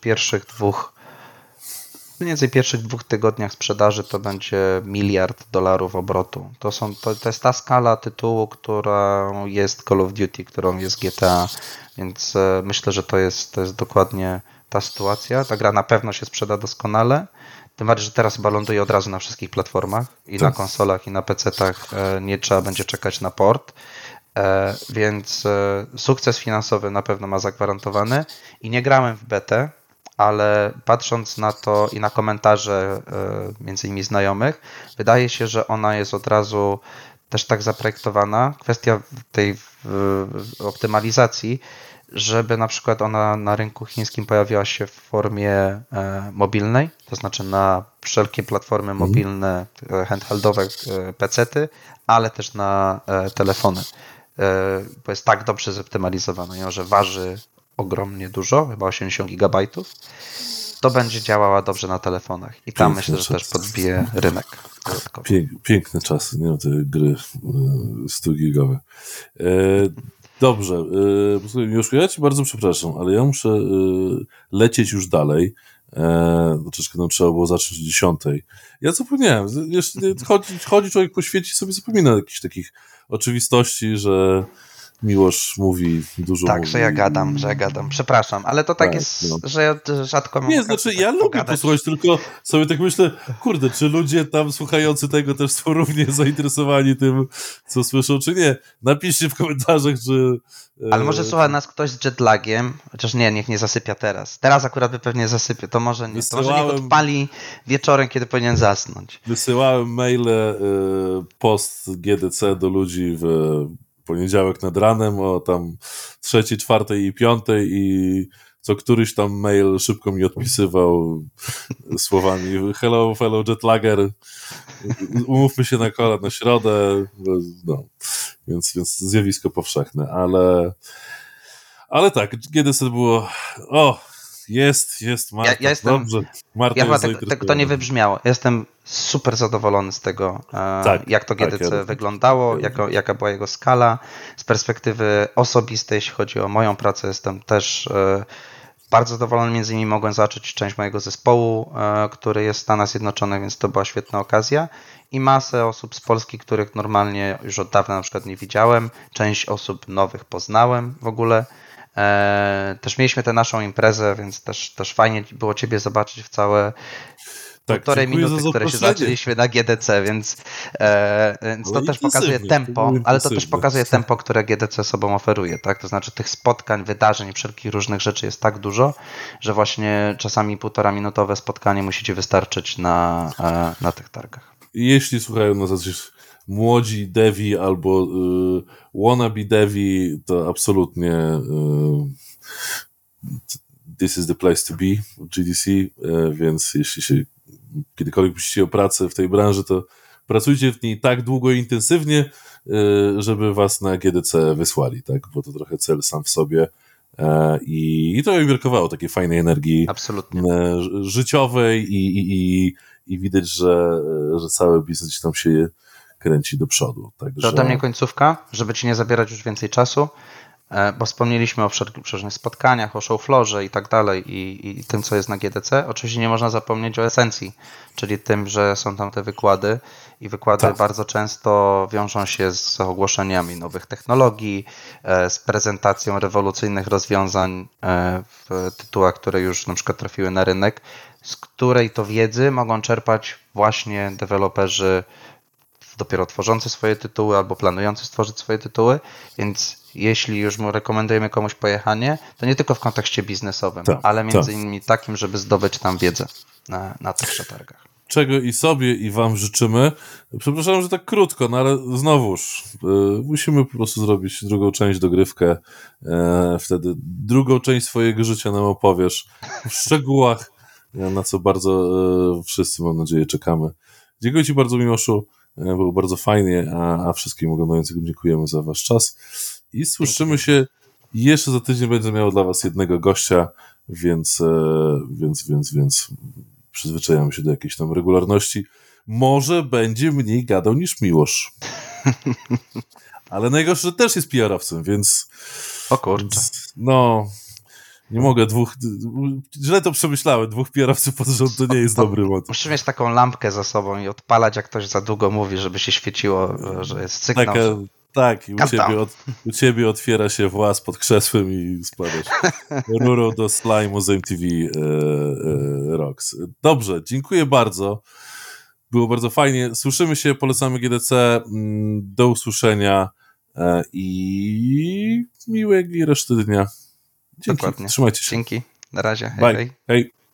mniej więcej pierwszych 2 tygodniach sprzedaży to będzie $1 miliard obrotu. To jest ta skala tytułu, którą jest Call of Duty, którą jest GTA, więc myślę, że to jest dokładnie ta sytuacja. Ta gra na pewno się sprzeda doskonale, tym bardziej, że teraz chyba ląduje od razu na wszystkich platformach i na konsolach, i na PC-tach, nie trzeba będzie czekać na port, więc sukces finansowy na pewno ma zagwarantowany i nie grałem w betę, ale patrząc na to i na komentarze między innymi znajomych, wydaje się, że ona jest od razu też tak zaprojektowana, kwestia tej optymalizacji, żeby na przykład ona na rynku chińskim pojawiła się w formie mobilnej, to znaczy na wszelkie platformy mobilne, handheldowe, PC-ty, ale też na telefony, bo jest tak dobrze zoptymalizowana, mimo że waży ogromnie dużo, chyba 80 gigabajtów, to będzie działała dobrze na telefonach. I tam myślę, że też podbije rynek. Piękne czasy, nie? Te gry 100 gigowe. Dobrze, Miłoszku, ja ci bardzo przepraszam, ale ja muszę lecieć już dalej. Troszeczkę trzeba było zacząć o 10. Ja zapomniałem. Chodzi człowiek po świecie i sobie zapomina o jakichś takich oczywistości, że Miłosz mówi dużo. Tak, mówi. że ja gadam. Przepraszam, ale to tak jest, no. Że ja rzadko mam. Nie, znaczy ja lubię posłuchać, tylko sobie tak myślę, kurde, czy ludzie tam słuchający tego też są równie zainteresowani tym, co słyszą, czy nie? Napiszcie w komentarzach, czy... Ale może słucha nas ktoś z jetlagiem, chociaż nie, niech nie zasypia teraz. Teraz akurat by pewnie zasypie, to może nie. To może niech odpali wieczorem, kiedy powinien zasnąć. Wysyłałem maile post GDC do ludzi w poniedziałek nad ranem o tam 3, 4 i 5 i co któryś tam mail szybko mi odpisywał słowami hello jetlager, umówmy się na kola na środę, no. Więc zjawisko powszechne, ale tak, GDC było jest Marta, dobrze. Marta ja chyba to nie wybrzmiało. Jestem super zadowolony z tego, jak to GDC wyglądało, jaka była jego skala. Z perspektywy osobistej, jeśli chodzi o moją pracę, jestem też bardzo zadowolony. Między innymi mogłem zobaczyć część mojego zespołu, który jest w Stanach Zjednoczonych, więc to była świetna okazja. I masę osób z Polski, których normalnie już od dawna na przykład nie widziałem. Część osób nowych poznałem w ogóle. Też mieliśmy tę naszą imprezę, więc też fajnie było Ciebie zobaczyć w całe półtorej minuty, które się zaczęliśmy na GDC, więc to też pokazuje tempo, ale to też pokazuje tempo, które GDC sobą oferuje, tak? To znaczy tych spotkań, wydarzeń, wszelkich różnych rzeczy jest tak dużo, że właśnie czasami 1,5-minutowe spotkanie musi Ci wystarczyć na tych targach. Jeśli słuchają nas jacyś młodzi devi albo wannabe devi, to absolutnie this is the place to be w GDC, więc jeśli się kiedykolwiek myślicie o pracy w tej branży, to pracujcie w niej tak długo i intensywnie, żeby was na GDC wysłali, tak? Bo to trochę cel sam w sobie i to mi brakowało takiej fajnej energii absolutnie życiowej i widać, że cały biznes tam się kręci do przodu. Także... To ode mnie końcówka, żeby Ci nie zabierać już więcej czasu. bo wspomnieliśmy o różnych spotkaniach, o showfloorze i tak dalej i tym, co jest na GDC. Oczywiście nie można zapomnieć o esencji, czyli tym, że są tam te wykłady i wykłady Tak. bardzo często wiążą się z ogłoszeniami nowych technologii, z prezentacją rewolucyjnych rozwiązań w tytułach, które już na przykład trafiły na rynek, z której to wiedzy mogą czerpać właśnie deweloperzy dopiero tworzący swoje tytuły albo planujący stworzyć swoje tytuły, więc jeśli już mu rekomendujemy komuś pojechanie, to nie tylko w kontekście biznesowym, ale między innymi takim, żeby zdobyć tam wiedzę na tych przetargach. Czego i sobie, i wam życzymy. Przepraszam, że tak krótko, no ale znowuż musimy po prostu zrobić drugą część dogrywkę. Wtedy drugą część swojego życia nam opowiesz w szczegółach, na co bardzo wszyscy, mam nadzieję, czekamy. Dziękuję ci bardzo, Miłoszu. Było bardzo fajnie, a wszystkim oglądającym dziękujemy za wasz czas. I słyszymy się jeszcze za tydzień. Będzie miał dla was jednego gościa, więc przyzwyczajamy się do jakiejś tam regularności. Może będzie mniej gadał niż Miłosz. Ale najgorsze, że też jest PR-owcem, więc... O kurczę. Więc, no... Nie mogę źle to przemyślałem. 2 PR-owców pod rząd to nie jest dobry motyw. Musisz mieć taką lampkę za sobą i odpalać, jak ktoś za długo mówi, żeby się świeciło, że jest sygnał. Tak, i u ciebie otwiera się włas pod krzesłem i spadasz rurą do slime'u z MTV Rocks. Dobrze, dziękuję bardzo. Było bardzo fajnie. Słyszymy się, polecamy GDC. Do usłyszenia i miłej reszty dnia. Dzięki. Dokładnie. Trzymajcie się. Dzięki. Na razie. Hej, Bye. hej. Hej.